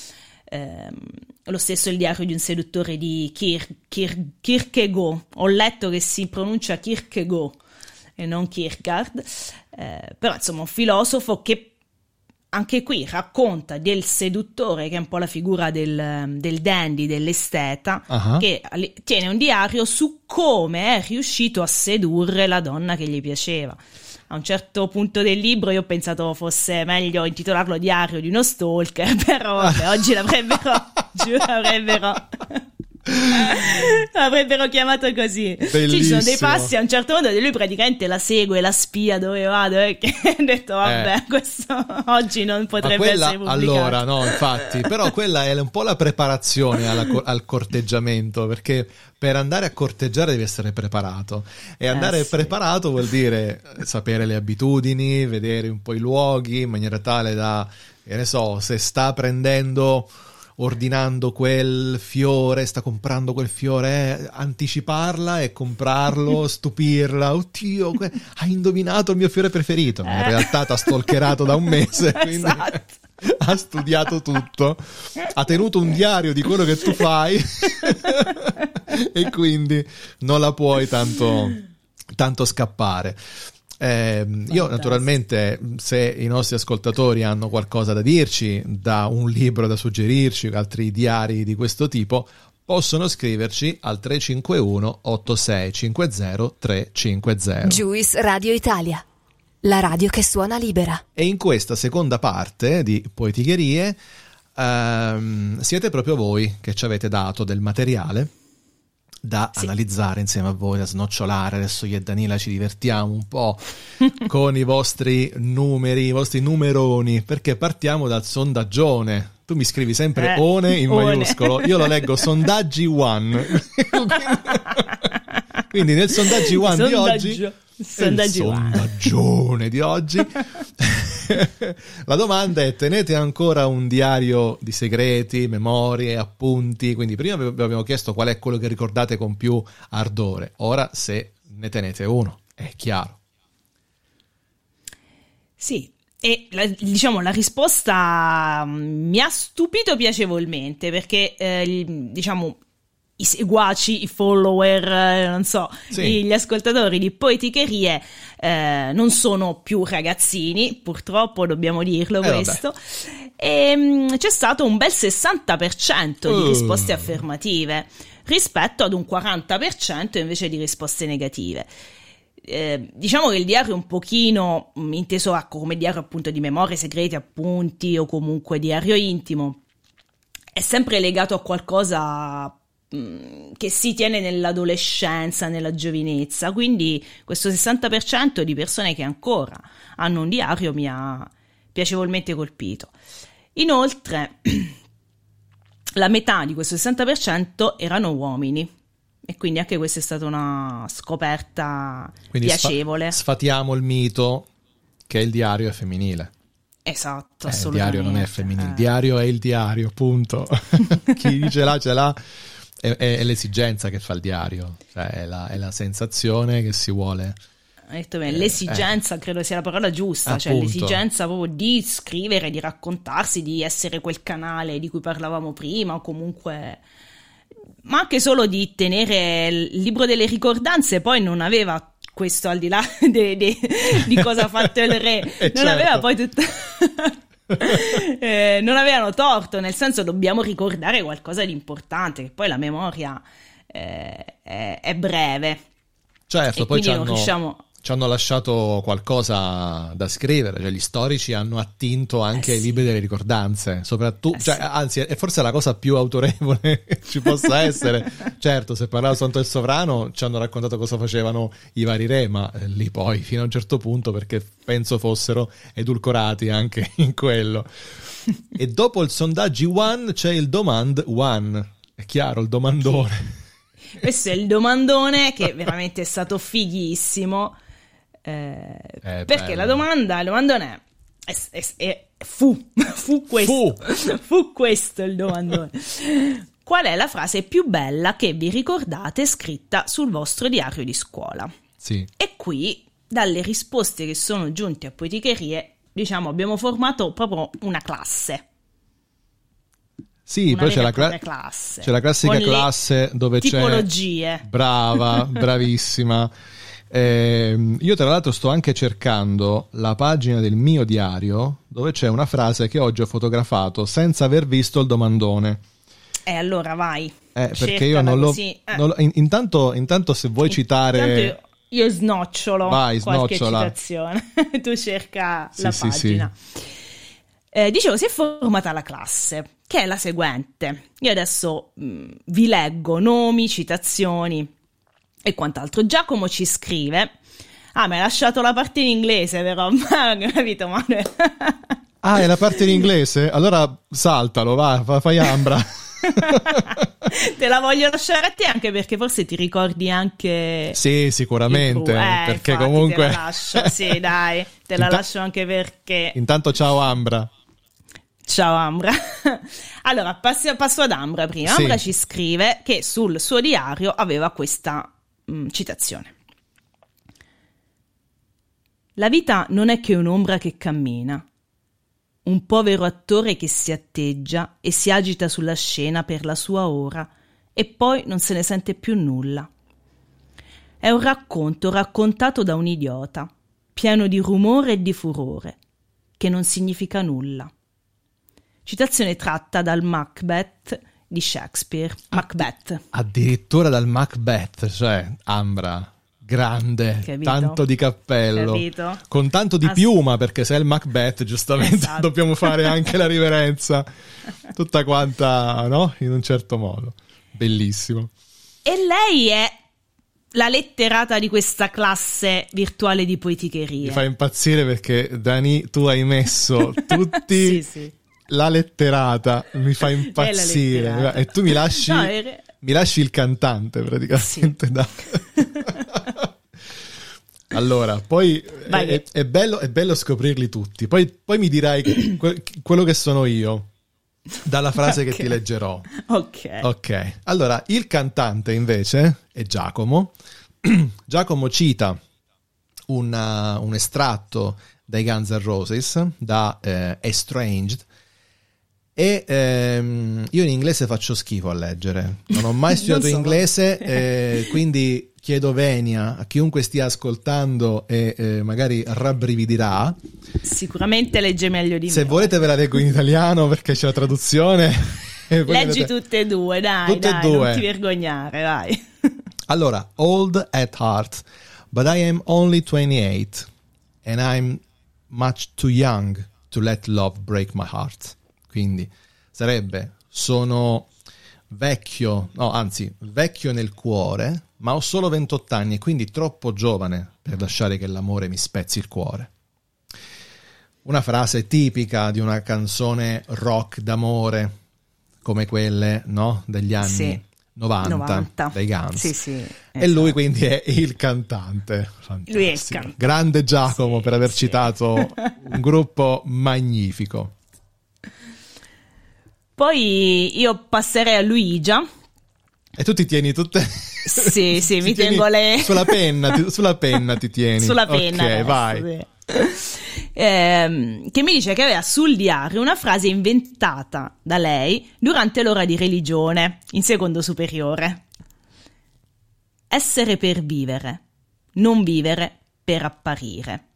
Eh, lo stesso il diario di un seduttore di Kir, Kir, Kierkegaard, ho letto che si pronuncia Kierkegaard e non Kierkegaard, eh, però insomma un filosofo che anche qui racconta del seduttore, che è un po' la figura del, del dandy, dell'esteta, uh-huh. che tiene un diario su come è riuscito a sedurre la donna che gli piaceva. A un certo punto del libro io ho pensato fosse meglio intitolarlo Diario di uno stalker, però vabbè, oggi l'avrebbero, giuro, avrebbero... avrebbero chiamato così. Bellissimo. Ci sono dei passi a un certo punto lui praticamente la segue, la spia dove vado, e ho detto vabbè, eh. questo oggi non potrebbe quella, essere pubblicato. Allora no, infatti, però quella è un po' la preparazione alla, al corteggiamento, perché per andare a corteggiare devi essere preparato, e andare eh, sì. preparato vuol dire sapere le abitudini, vedere un po' i luoghi in maniera tale da, che ne so, se sta prendendo, ordinando quel fiore, sta comprando quel fiore, eh, anticiparla e comprarlo, stupirla. Oddio, que- hai indovinato il mio fiore preferito. In realtà t'ha stalkerato da un mese, quindi esatto. ha studiato tutto, ha tenuto un diario di quello che tu fai e quindi non la puoi tanto, tanto scappare. Eh, io naturalmente, se i nostri ascoltatori hanno qualcosa da dirci, da un libro da suggerirci, altri diari di questo tipo, possono scriverci al tre cinque uno otto sei cinque zero tre cinque zero. Juice Radio Italia, la radio che suona libera. E in questa seconda parte di Poeticherie ehm, siete proprio voi che ci avete dato del materiale da sì. analizzare insieme a voi, da snocciolare. Adesso io e Danila ci divertiamo un po' con i vostri numeri, i vostri numeroni, perché partiamo dal sondaggione. Tu mi scrivi sempre eh, one in one. maiuscolo, io lo leggo sondaggi one. Quindi nel sondaggi one Sondaggio. di oggi, sondaggi il sondaggione di oggi, la domanda è: tenete ancora un diario di segreti, memorie, appunti? Quindi prima vi abbiamo chiesto qual è quello che ricordate con più ardore, ora se ne tenete uno, è chiaro. Sì, E la, diciamo la risposta mi ha stupito piacevolmente, perché eh, diciamo i seguaci, i follower, eh, non so, sì. gli ascoltatori di Poeticherie eh, non sono più ragazzini, purtroppo dobbiamo dirlo eh, questo, vabbè. E mh, c'è stato un bel sessanta per cento uh. di risposte affermative rispetto ad un quaranta per cento invece di risposte negative. Eh, diciamo che il diario è un pochino mh, inteso ecco, come diario appunto di memorie, segreti, appunti o comunque diario intimo, è sempre legato a qualcosa che si tiene nell'adolescenza, nella giovinezza, quindi questo sessanta per cento di persone che ancora hanno un diario mi ha piacevolmente colpito. Inoltre la metà di questo sessanta per cento erano uomini e quindi anche questa è stata una scoperta quindi piacevole. Sfa- sfatiamo il mito che il diario è femminile. Esatto, eh, assolutamente. Il diario non è femminile, il diario è il diario, punto. Chi ce l'ha ce l'ha. È, è l'esigenza che fa il diario, cioè è la, è la sensazione che si vuole. Hai detto bene, l'esigenza eh, credo sia la parola giusta, appunto. Cioè l'esigenza proprio di scrivere, di raccontarsi, di essere quel canale di cui parlavamo prima, o comunque, ma anche solo di tenere il libro delle ricordanze. Poi non aveva questo, al di là de, de, di cosa ha fatto il re, non certo. aveva poi tutta... eh, non avevano torto, nel senso dobbiamo ricordare qualcosa di importante, che poi la memoria eh, è, è breve, certo, e poi ci non hanno, riusciamo... ci hanno lasciato qualcosa da scrivere, cioè gli storici hanno attinto anche ai eh sì. libri delle ricordanze, soprattutto, eh cioè, sì. anzi è forse la cosa più autorevole che ci possa essere. Certo, se parlava soltanto del sovrano ci hanno raccontato cosa facevano i vari re, ma eh, lì poi fino a un certo punto, perché penso fossero edulcorati anche in quello. E dopo il sondaggi one c'è il demand one, è chiaro, il domandone. Questo è il domandone che veramente è stato fighissimo. Eh, eh, perché bello. la domanda, il domandone è, è, è, è fu, fu questo, fu. fu questo il domandone. Qual è la frase più bella che vi ricordate scritta sul vostro diario di scuola? Sì. E qui, dalle risposte che sono giunte a Poeticherie, diciamo, abbiamo formato proprio una classe. Sì, una poi c'è la, cla- classe, c'è la classica classe dove tipologie. C'è brava, bravissima. Eh, io tra l'altro sto anche cercando la pagina del mio diario dove c'è una frase che oggi ho fotografato senza aver visto il domandone. E eh, allora vai. Eh, perché io non lo, eh. non lo in, intanto, intanto se vuoi citare io, io snocciolo vai, qualche snocciola. citazione. Tu cerca sì, la sì, pagina. Sì. Eh, dicevo, si è formata la classe, che è la seguente. Io adesso mh, vi leggo nomi, citazioni e quant'altro. Giacomo ci scrive: ah, mi hai lasciato la parte in inglese, però, capito, Manuel? Ah, è la parte in inglese? Allora saltalo, va, fai ambra. Te la voglio lasciare a te, anche perché forse ti ricordi anche. Sì, sicuramente, eh, perché infatti, comunque te la lascio, sì, dai, te la Inta- lascio anche perché. Intanto ciao Ambra. Ciao Ambra. Allora, passi, passo ad Ambra prima. Sì. Ambra ci scrive che sul suo diario aveva questa mh, citazione: la vita non è che un'ombra che cammina, un povero attore che si atteggia e si agita sulla scena per la sua ora e poi non se ne sente più nulla. È un racconto raccontato da un idiota, pieno di rumore e di furore, che non significa nulla. Citazione tratta dal Macbeth di Shakespeare. Macbeth. Addirittura dal Macbeth, cioè Ambra, grande, capito? Tanto di cappello, capito? Con tanto di Ass- piuma, perché se è il Macbeth giustamente esatto. Dobbiamo fare anche la riverenza, tutta quanta, no? In un certo modo. Bellissimo. E lei è la letterata di questa classe virtuale di Poeticherie. Mi fa impazzire perché, Dani, tu hai messo tutti... sì, sì. La letterata mi fa impazzire e tu mi lasci no, er... mi lasci il cantante praticamente. Sì. Da... Allora, poi è, è, bello, è bello scoprirli tutti. Poi, poi mi dirai che, que, quello che sono io dalla frase okay. che ti leggerò. Ok. Ok. Allora, il cantante invece è Giacomo. Giacomo cita una, un estratto dai Guns N' Roses, da eh, Estranged. E ehm, io in inglese faccio schifo a leggere, non ho mai studiato so. inglese, eh, quindi chiedo venia a chiunque stia ascoltando e eh, magari rabbrividirà. Sicuramente legge meglio di Se me. Se volete ve la leggo in italiano perché c'è la traduzione. Leggi vedete... tutte e due, dai, tutte dai, e due. Non ti vergognare, vai. Allora, old at heart, but I am only twenty-eight and I'm much too young to let love break my heart. Quindi sarebbe, sono vecchio, no anzi vecchio nel cuore, ma ho solo ventotto anni e quindi troppo giovane per lasciare che l'amore mi spezzi il cuore. Una frase tipica di una canzone rock d'amore, come quelle, no, degli anni sì. novanta, novanta dei Guns. Sì, sì, e esatto. Lui quindi è il cantante. Fantastico. Lui è il cantante. Grande Giacomo sì, per aver sì. citato un gruppo magnifico. Poi io passerei a Luigia. E tu ti tieni tutte... Sì, sì, mi tengo le... Sulla penna, ti, sulla penna ti tieni. Sulla penna. Ok, adesso, vai. Sì. Eh, che mi dice che aveva sul diario una frase inventata da lei durante l'ora di religione, in secondo superiore. Essere per vivere, non vivere per apparire.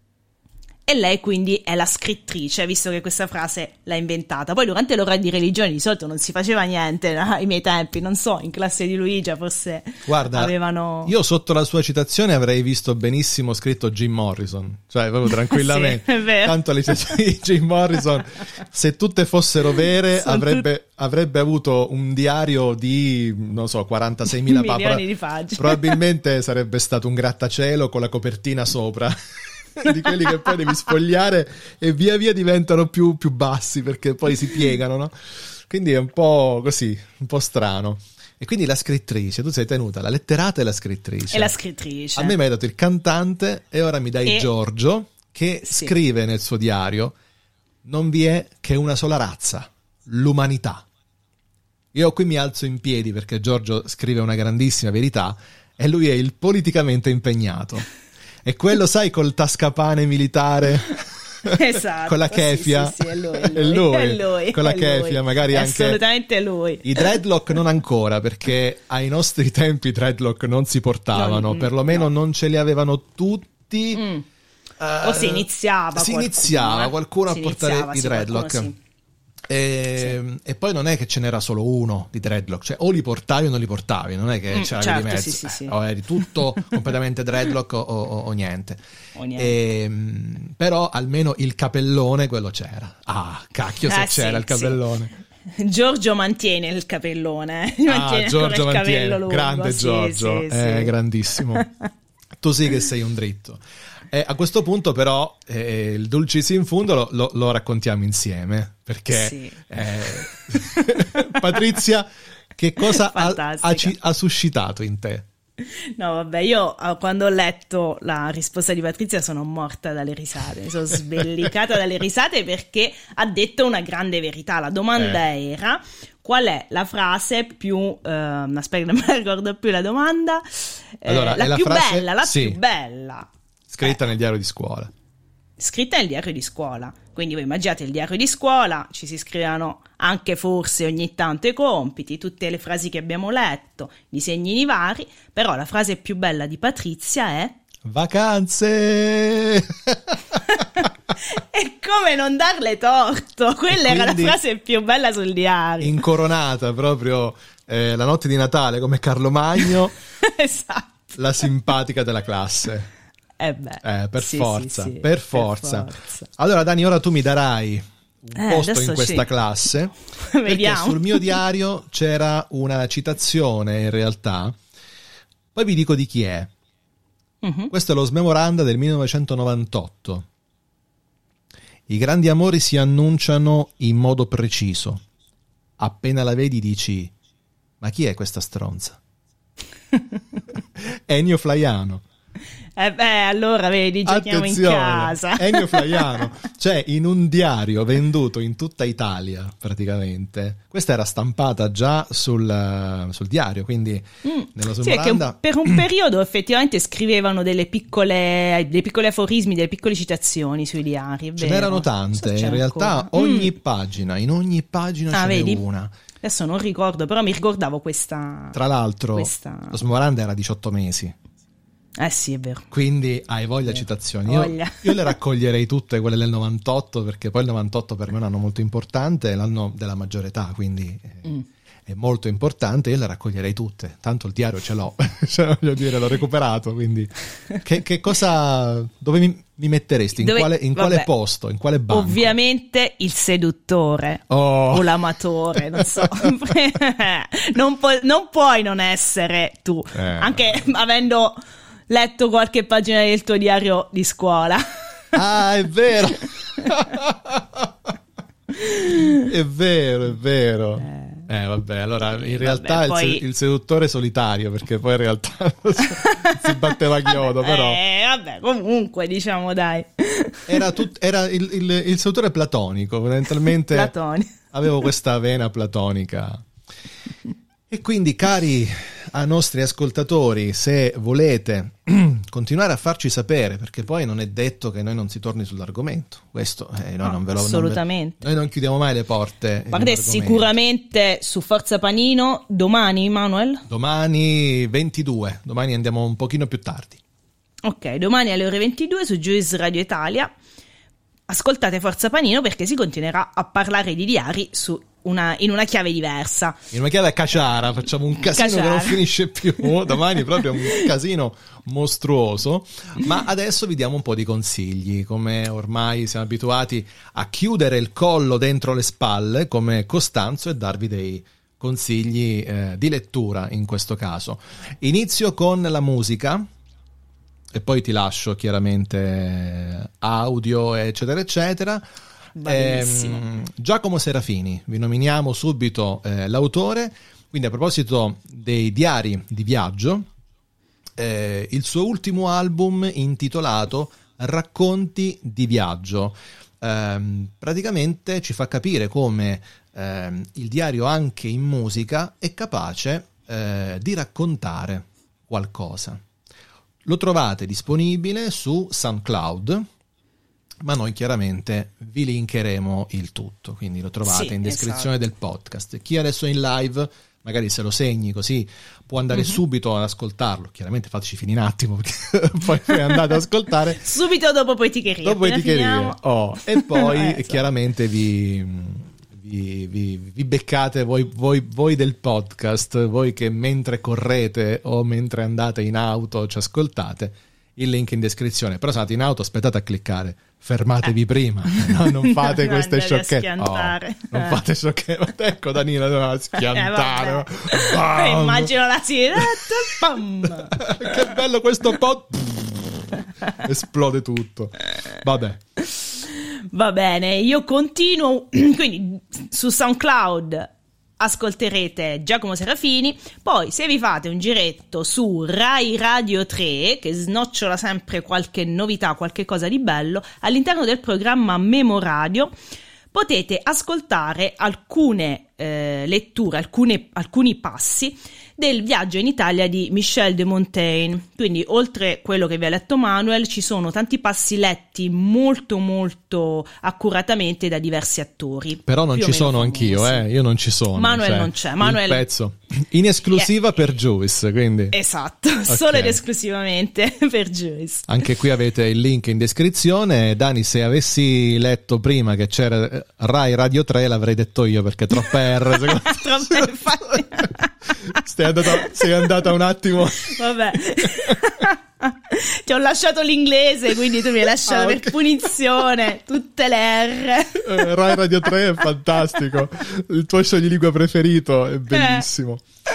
E lei quindi è la scrittrice, visto che questa frase l'ha inventata. Poi durante l'ora di religione di solito non si faceva niente, no? Ai miei tempi, non so, in classe di Luigia forse Guarda, avevano... io sotto la sua citazione avrei visto benissimo scritto Jim Morrison, cioè proprio tranquillamente. Sì, è vero. Tanto le citazioni di Jim Morrison, se tutte fossero vere, avrebbe, tut... avrebbe avuto un diario di, non so, quarantaseimila milioni di pagine. Probabilmente sarebbe stato un grattacielo con la copertina sopra. Di quelli che poi devi sfogliare e via via diventano più, più bassi perché poi si piegano, no? Quindi è un po' così, un po' strano. E quindi la scrittrice, tu sei tenuta la letterata e la scrittrice. E la scrittrice. A me mi hai dato il cantante e ora mi dai e... Giorgio che sì. scrive nel suo diario: non vi è che una sola razza, l'umanità. Io qui mi alzo in piedi perché Giorgio scrive una grandissima verità e lui è il politicamente impegnato. E quello, sai, col tascapane militare, esatto, con la kefia, sì, sì, sì, è lui, è lui, è lui, è lui con la è kefia, lui. magari è anche assolutamente lui. I dreadlock non ancora, perché ai nostri tempi i dreadlock non si portavano, non, perlomeno no. non ce li avevano tutti. Mm. Uh, o si iniziava, si qualcuno, iniziava eh? qualcuno si a portare iniziava, i sì, dreadlock. Sì. E, sì. e poi non è che ce n'era solo uno di dreadlock, cioè o li portavi o non li portavi, non è che mm, c'era certo, di mezzo, sì, sì, sì. Eh, o eri tutto completamente dreadlock o, o, o niente, o niente. E, però almeno il capellone quello c'era. Ah, cacchio se eh, c'era sì, il capellone. Sì. Giorgio mantiene il capellone, eh. mantiene ah, Giorgio il mantiene, capello lungo. grande sì, Giorgio, sì, è sì. grandissimo. Tu sì che sei un dritto. E a questo punto però eh, il Dulcis in Fundo lo, lo, lo raccontiamo insieme perché sì. eh, Patrizia, che cosa ha, ha, ha suscitato in te? No vabbè, io quando ho letto la risposta di Patrizia sono morta dalle risate, mi sono sbellicata dalle risate perché ha detto una grande verità. La domanda eh. era: qual è la frase più eh, aspetta, non mi ricordo più la domanda, eh, allora, la la più frase, bella la sì. più bella scritta eh. nel diario di scuola. Scritta nel diario di scuola. Quindi voi immaginate il diario di scuola, ci si scrivono anche forse ogni tanto i compiti, tutte le frasi che abbiamo letto, i disegnini vari, però la frase più bella di Patrizia è vacanze! E come non darle torto? Quella era la frase più bella sul diario. Incoronata proprio eh, la notte di Natale come Carlo Magno. Esatto. La simpatica della classe. Eh beh, eh, per, sì, forza, sì, sì, per forza, per forza. Allora Dani, ora tu mi darai un eh, posto in questa sì. classe. Perché sul mio diario c'era una citazione in realtà. Poi vi dico di chi è. Uh-huh. Questo è lo Smemoranda del millenovecentonovantotto. I grandi amori si annunciano in modo preciso. Appena la vedi dici: ma chi è questa stronza? Ennio Flaiano. Eh beh, allora vedi, giochiamo in casa. Ennio Flaiano, cioè in un diario venduto in tutta Italia praticamente. Questa era stampata già sul, sul diario, quindi mm. nella sua sì, Moranda... che per un periodo effettivamente scrivevano delle piccole, dei piccoli aforismi, delle piccole citazioni sui diari. Ce n'erano tante, in realtà ancora. ogni mm. pagina, in ogni pagina ah, ce n'è una. Adesso non ricordo, però mi ricordavo questa. Tra l'altro, questa... la sua Moranda era diciotto mesi. Eh sì, è vero. Quindi hai voglia eh, citazioni. Io, io le raccoglierei tutte quelle del novantotto, perché poi il novantotto per me è un anno molto importante, è l'anno della maggiore età, quindi mm. è molto importante. Io le raccoglierei tutte, tanto il diario ce l'ho, cioè, voglio dire, l'ho recuperato, quindi che, che cosa, dove mi, mi metteresti? In, dove, quale, in quale posto? In quale banco? Ovviamente il seduttore oh. o l'amatore, non so. non, pu- non puoi non essere tu, eh. anche avendo letto qualche pagina del tuo diario di scuola. Ah, è vero. È vero, è vero. Eh. Eh vabbè, allora in realtà vabbè, poi... il, il seduttore solitario, perché poi in realtà si batteva chiodo, però. Eh, vabbè, comunque diciamo dai. Era, tut, era il, il, il seduttore platonico, fondamentalmente. Platonico. Avevo questa vena platonica. E quindi, cari a nostri ascoltatori, se volete continuare a farci sapere, perché poi non è detto che noi non si torni sull'argomento, questo eh, noi no, non ve lo assolutamente non ve, noi non chiudiamo mai le porte. Guarda, sicuramente su Forza Panino domani, Manuel? Domani ventidue, domani andiamo un pochino più tardi. Ok, domani alle ore ventidue su Juice Radio Italia ascoltate Forza Panino, perché si continuerà a parlare di diari su Una, in una chiave diversa, in una chiave a caciara, facciamo un casino caciara. Che non finisce più. Domani proprio un casino mostruoso, ma adesso vi diamo un po' di consigli, come ormai siamo abituati a chiudere il collo dentro le spalle come Costanzo e darvi dei consigli eh, di lettura. In questo caso inizio con la musica e poi ti lascio chiaramente audio eccetera eccetera. Eh, Giacomo Serafini, vi nominiamo subito eh, l'autore. Quindi, a proposito dei diari di viaggio, eh, il suo ultimo album intitolato Racconti di viaggio eh, praticamente ci fa capire come eh, il diario, anche in musica, è capace eh, di raccontare qualcosa. Lo trovate disponibile su SoundCloud, ma noi chiaramente vi linkeremo il tutto, quindi lo trovate sì, in descrizione esatto. del podcast. Chi adesso è in live, magari se lo segni, così può andare mm-hmm. subito ad ascoltarlo. Chiaramente fateci finire un attimo, perché poi andate ad ascoltare subito dopo Poeticheria. Dopo Poeticheria. Oh, e poi eh, esatto. chiaramente vi, vi, vi, vi beccate voi, voi, voi del podcast, voi che mentre correte o mentre andate in auto ci ascoltate, il link in descrizione. Però se andate in auto, aspettate a cliccare, fermatevi eh. prima, no, non fate no, queste sciocchezze. Oh, non fate sciocchezze. Ecco Danilo doveva schiantare. Eh, immagino la sirena. Che bello questo pod. Esplode tutto. Vabbè. Va bene, io continuo. Quindi su SoundCloud ascolterete Giacomo Serafini. Poi se vi fate un giretto su Rai Radio tre, che snocciola sempre qualche novità, qualche cosa di bello, all'interno del programma Memoradio potete ascoltare alcune eh, letture, alcune, alcuni passi del viaggio in Italia di Michel de Montaigne. Quindi, oltre quello che vi ha letto Manuel, ci sono tanti passi letti molto molto accuratamente da diversi attori. Però non ci sono anch'io, eh? Io non ci sono. Manuel cioè, non c'è. Manuel... Il pezzo in esclusiva yeah. per Juice, quindi. Esatto, okay. Solo ed esclusivamente per Juice. Anche qui avete il link in descrizione. Dani, se avessi letto prima che c'era Rai Radio tre, l'avrei detto io, perché troppe R. Troppe infatti. Stai andata, sei andata un attimo. Vabbè. Ti ho lasciato l'inglese, quindi tu mi hai lasciato ah, okay. per punizione tutte le R. eh, Rai Radio tre è fantastico. Il tuo scioglilingua preferito è bellissimo.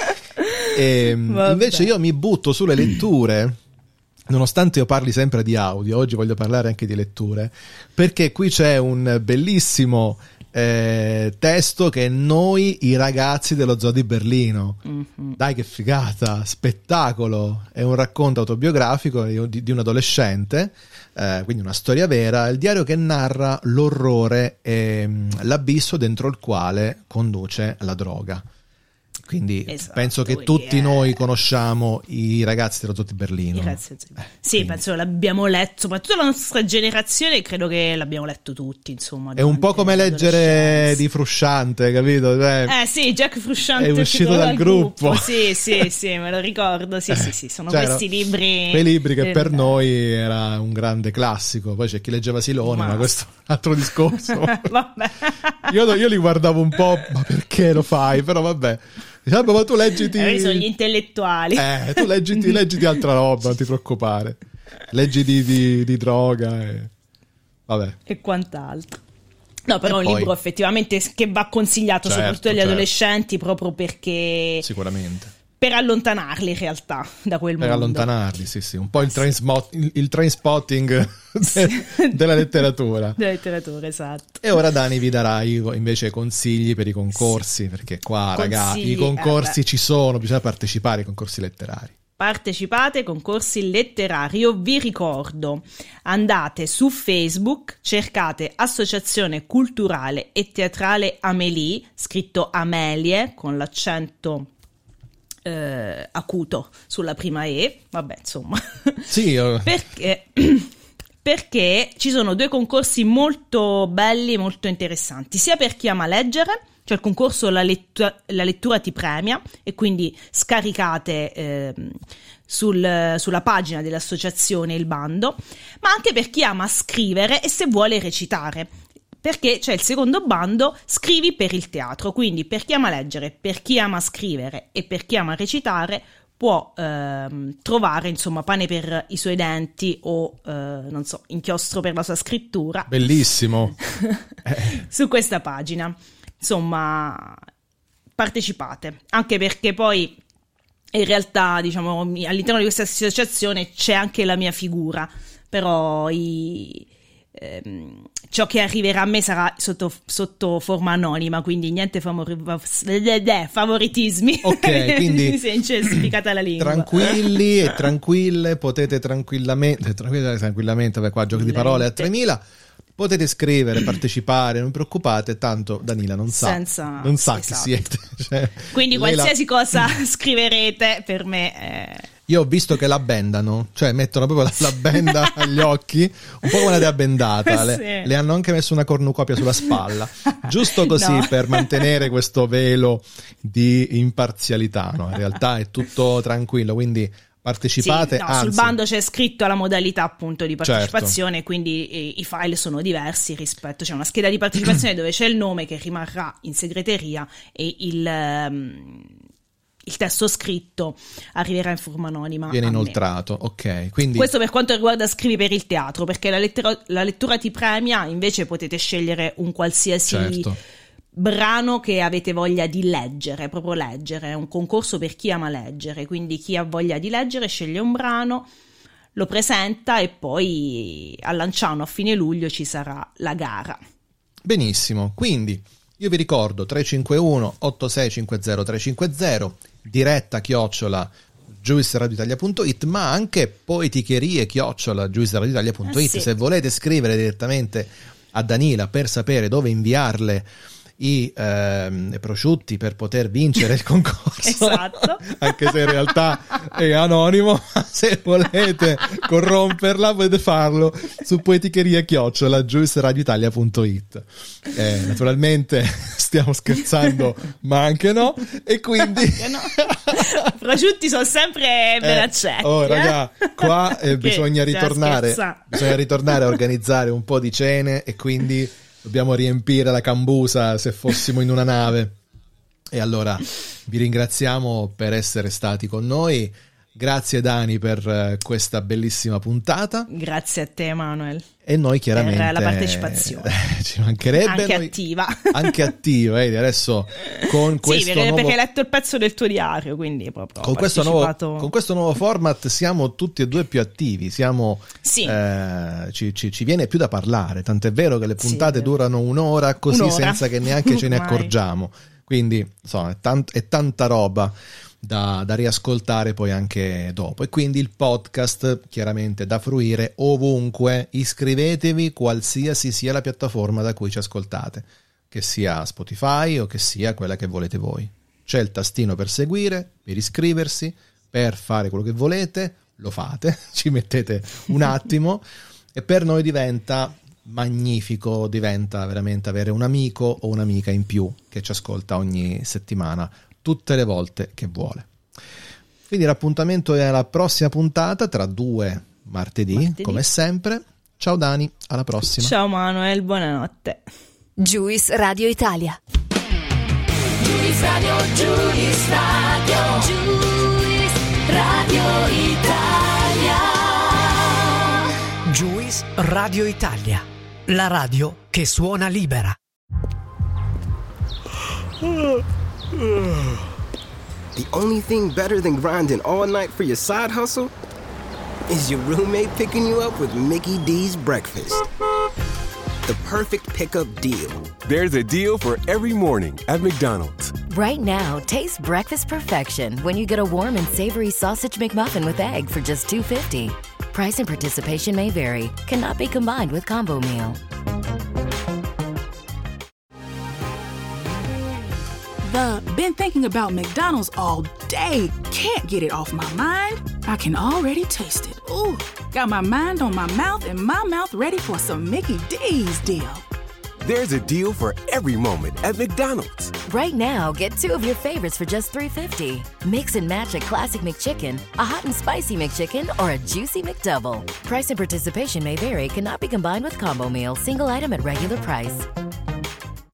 E, invece io mi butto sulle letture, nonostante io parli sempre di audio. Oggi voglio parlare anche di letture, perché qui c'è un bellissimo eh, testo che noi i ragazzi dello Zoo di Berlino. Mm-hmm. Dai, che figata, spettacolo. È un racconto autobiografico di, di un adolescente, eh, quindi una storia vera, il diario che narra l'orrore e l'abisso dentro il quale conduce la droga. Quindi esatto, penso che tutti è... noi conosciamo i ragazzi dello Zoo di Berlino. Ragazzi, sì, eh, sì quindi... penso l'abbiamo letto, soprattutto la nostra generazione, credo che l'abbiamo letto tutti, insomma. È un po' come leggere di Frusciante, capito? Eh, eh sì, Jack Frusciante è uscito dal, dal gruppo. gruppo. Sì, sì, sì, me lo ricordo. Sì, eh, sì, sì, sono cioè, questi libri. Quei libri che per noi era un grande classico. Poi c'è chi leggeva Silone, ma, ma questo è un altro discorso. Vabbè. Io, io li guardavo un po', ma perché lo fai? Però vabbè. Diciamo, ma tu leggiti. Eh, sono gli intellettuali. Eh, tu leggiti, leggiti altra roba, non ti preoccupare. Leggi di, di, di droga e. Vabbè. E quant'altro. No, però e è un poi... libro effettivamente che va consigliato, certo, soprattutto agli certo. adolescenti, proprio perché. Sicuramente. Per allontanarli in realtà da quel per mondo. Per allontanarli, sì, sì. Un po' il, train-spot- il, il train spotting de- della letteratura. Della letteratura, esatto. E ora Dani vi darà invece consigli per i concorsi, sì. Perché qua, consigli, ragazzi, i concorsi eh, ci sono, bisogna partecipare ai concorsi letterari. Partecipate ai concorsi letterari. Io vi ricordo, andate su Facebook, cercate Associazione Culturale e Teatrale Amélie, scritto Amelie con l'accento eh, acuto sulla prima E, vabbè, insomma. Sì, io... perché perché ci sono due concorsi molto belli, molto interessanti, sia per chi ama leggere. Cioè il concorso La lettura, la lettura ti premia, e quindi scaricate eh, sul, sulla pagina dell'associazione il bando, ma anche per chi ama scrivere e se vuole recitare, perché c'è il secondo bando Scrivi per il teatro, quindi per chi ama leggere, per chi ama scrivere e per chi ama recitare può ehm, trovare insomma pane per i suoi denti o eh, non so, inchiostro per la sua scrittura. Bellissimo. Su questa pagina. Insomma, partecipate, anche perché poi in realtà, diciamo, all'interno di questa associazione c'è anche la mia figura, però i, ehm, ciò che arriverà a me sarà sotto, sotto forma anonima, quindi niente favori, favoritismi. Ok, quindi mi si è incessificata la lingua. Tranquilli e tranquille, potete tranquillamente, tranquillamente, tranquillamente, beh, qua giochi di parole a tremila. Potete scrivere, partecipare, non preoccupate, tanto Danila non sa, Senza, non sa esatto. chi siete. Cioè, quindi qualsiasi la... cosa scriverete per me è... Io ho visto che la bendano, cioè mettono proprio la, la benda agli occhi, un po' come la dea bendata, le, sì. le hanno anche messo una cornucopia sulla spalla, giusto così no. per mantenere questo velo di imparzialità, no? In realtà è tutto tranquillo, quindi... partecipate, sì, no, anzi, sul bando c'è scritto la modalità appunto di partecipazione, certo. quindi eh, i file sono diversi rispetto, c'è una scheda di partecipazione dove c'è il nome che rimarrà in segreteria e il, um, il testo scritto arriverà in forma anonima. Viene inoltrato, ok. Quindi... questo per quanto riguarda Scrivi per il teatro, perché la, lettera, la lettura ti premia, invece potete scegliere un qualsiasi... certo. brano che avete voglia di leggere, proprio leggere, è un concorso per chi ama leggere, quindi chi ha voglia di leggere sceglie un brano, lo presenta e poi a Lanciano a fine luglio ci sarà la gara. Benissimo, quindi io vi ricordo tre cinque uno otto sei cinque zero tre cinque zero, diretta chiocciola giudice radio italia punto it, ma anche poeticherie chiocciola giudice radio italia punto it, eh sì. Se volete scrivere direttamente a Danila per sapere dove inviarle i ehm, prosciutti per poter vincere il concorso. Esatto. Anche se in realtà è anonimo, se volete corromperla potete farlo su poeticheria chiocciola giudice radio italia punto it. Eh, naturalmente stiamo scherzando, ma anche no, e quindi no. prosciutti sono sempre ben accetti. Eh, oh raga, qua eh, bisogna ritornare bisogna ritornare a organizzare un po' di cene, e quindi dobbiamo riempire la cambusa se fossimo in una nave. E allora vi ringraziamo per essere stati con noi. Grazie Dani per uh, questa bellissima puntata. Grazie a te Emanuel. E noi chiaramente per la partecipazione. Ci mancherebbe. Anche noi, attiva. Anche attiva, vedi, adesso con questo sì, perché, nuovo... perché hai letto il pezzo del tuo diario, quindi proprio con questo, nuovo, con questo nuovo format siamo tutti e due più attivi, siamo, sì. eh, ci, ci, ci viene più da parlare, tant'è vero che le puntate sì, durano un'ora così un'ora. senza che neanche ce ne accorgiamo, quindi insomma è, tant- è tanta roba Da, da riascoltare poi anche dopo, e quindi il podcast chiaramente da fruire ovunque. Iscrivetevi qualsiasi sia la piattaforma da cui ci ascoltate, che sia Spotify o che sia quella che volete voi. C'è il tastino per seguire, per iscriversi, per fare quello che volete, lo fate, ci mettete un attimo e per noi diventa magnifico, diventa veramente avere un amico o un'amica in più che ci ascolta ogni settimana, tutte le volte che vuole. Quindi l'appuntamento è alla prossima puntata tra due martedì, martedì, come sempre. Ciao Dani, alla prossima. Ciao Manuel, buonanotte. Juice Radio Italia. Juice Radio, Juice Radio, Juice Radio Italia. Juice Radio Italia, la radio che suona libera. The only thing better than grinding all night for your side hustle is your roommate picking you up with Mickey D's breakfast. The perfect pickup deal. There's a deal for every morning at McDonald's. Right now, taste breakfast perfection when you get a warm and savory sausage McMuffin with egg for just two dollars and fifty cents. Price and participation may vary. Cannot be combined with combo meal. The been thinking about McDonald's all day. Can't get it off my mind. I can already taste it. Ooh, got my mind on my mouth and my mouth ready for some Mickey D's deal. There's a deal for every moment at McDonald's. Right now, get two of your favorites for just three dollars and fifty cents. Mix and match a classic McChicken, a hot and spicy McChicken, or a juicy McDouble. Price and participation may vary. Cannot be combined with combo meal. Single item at regular price.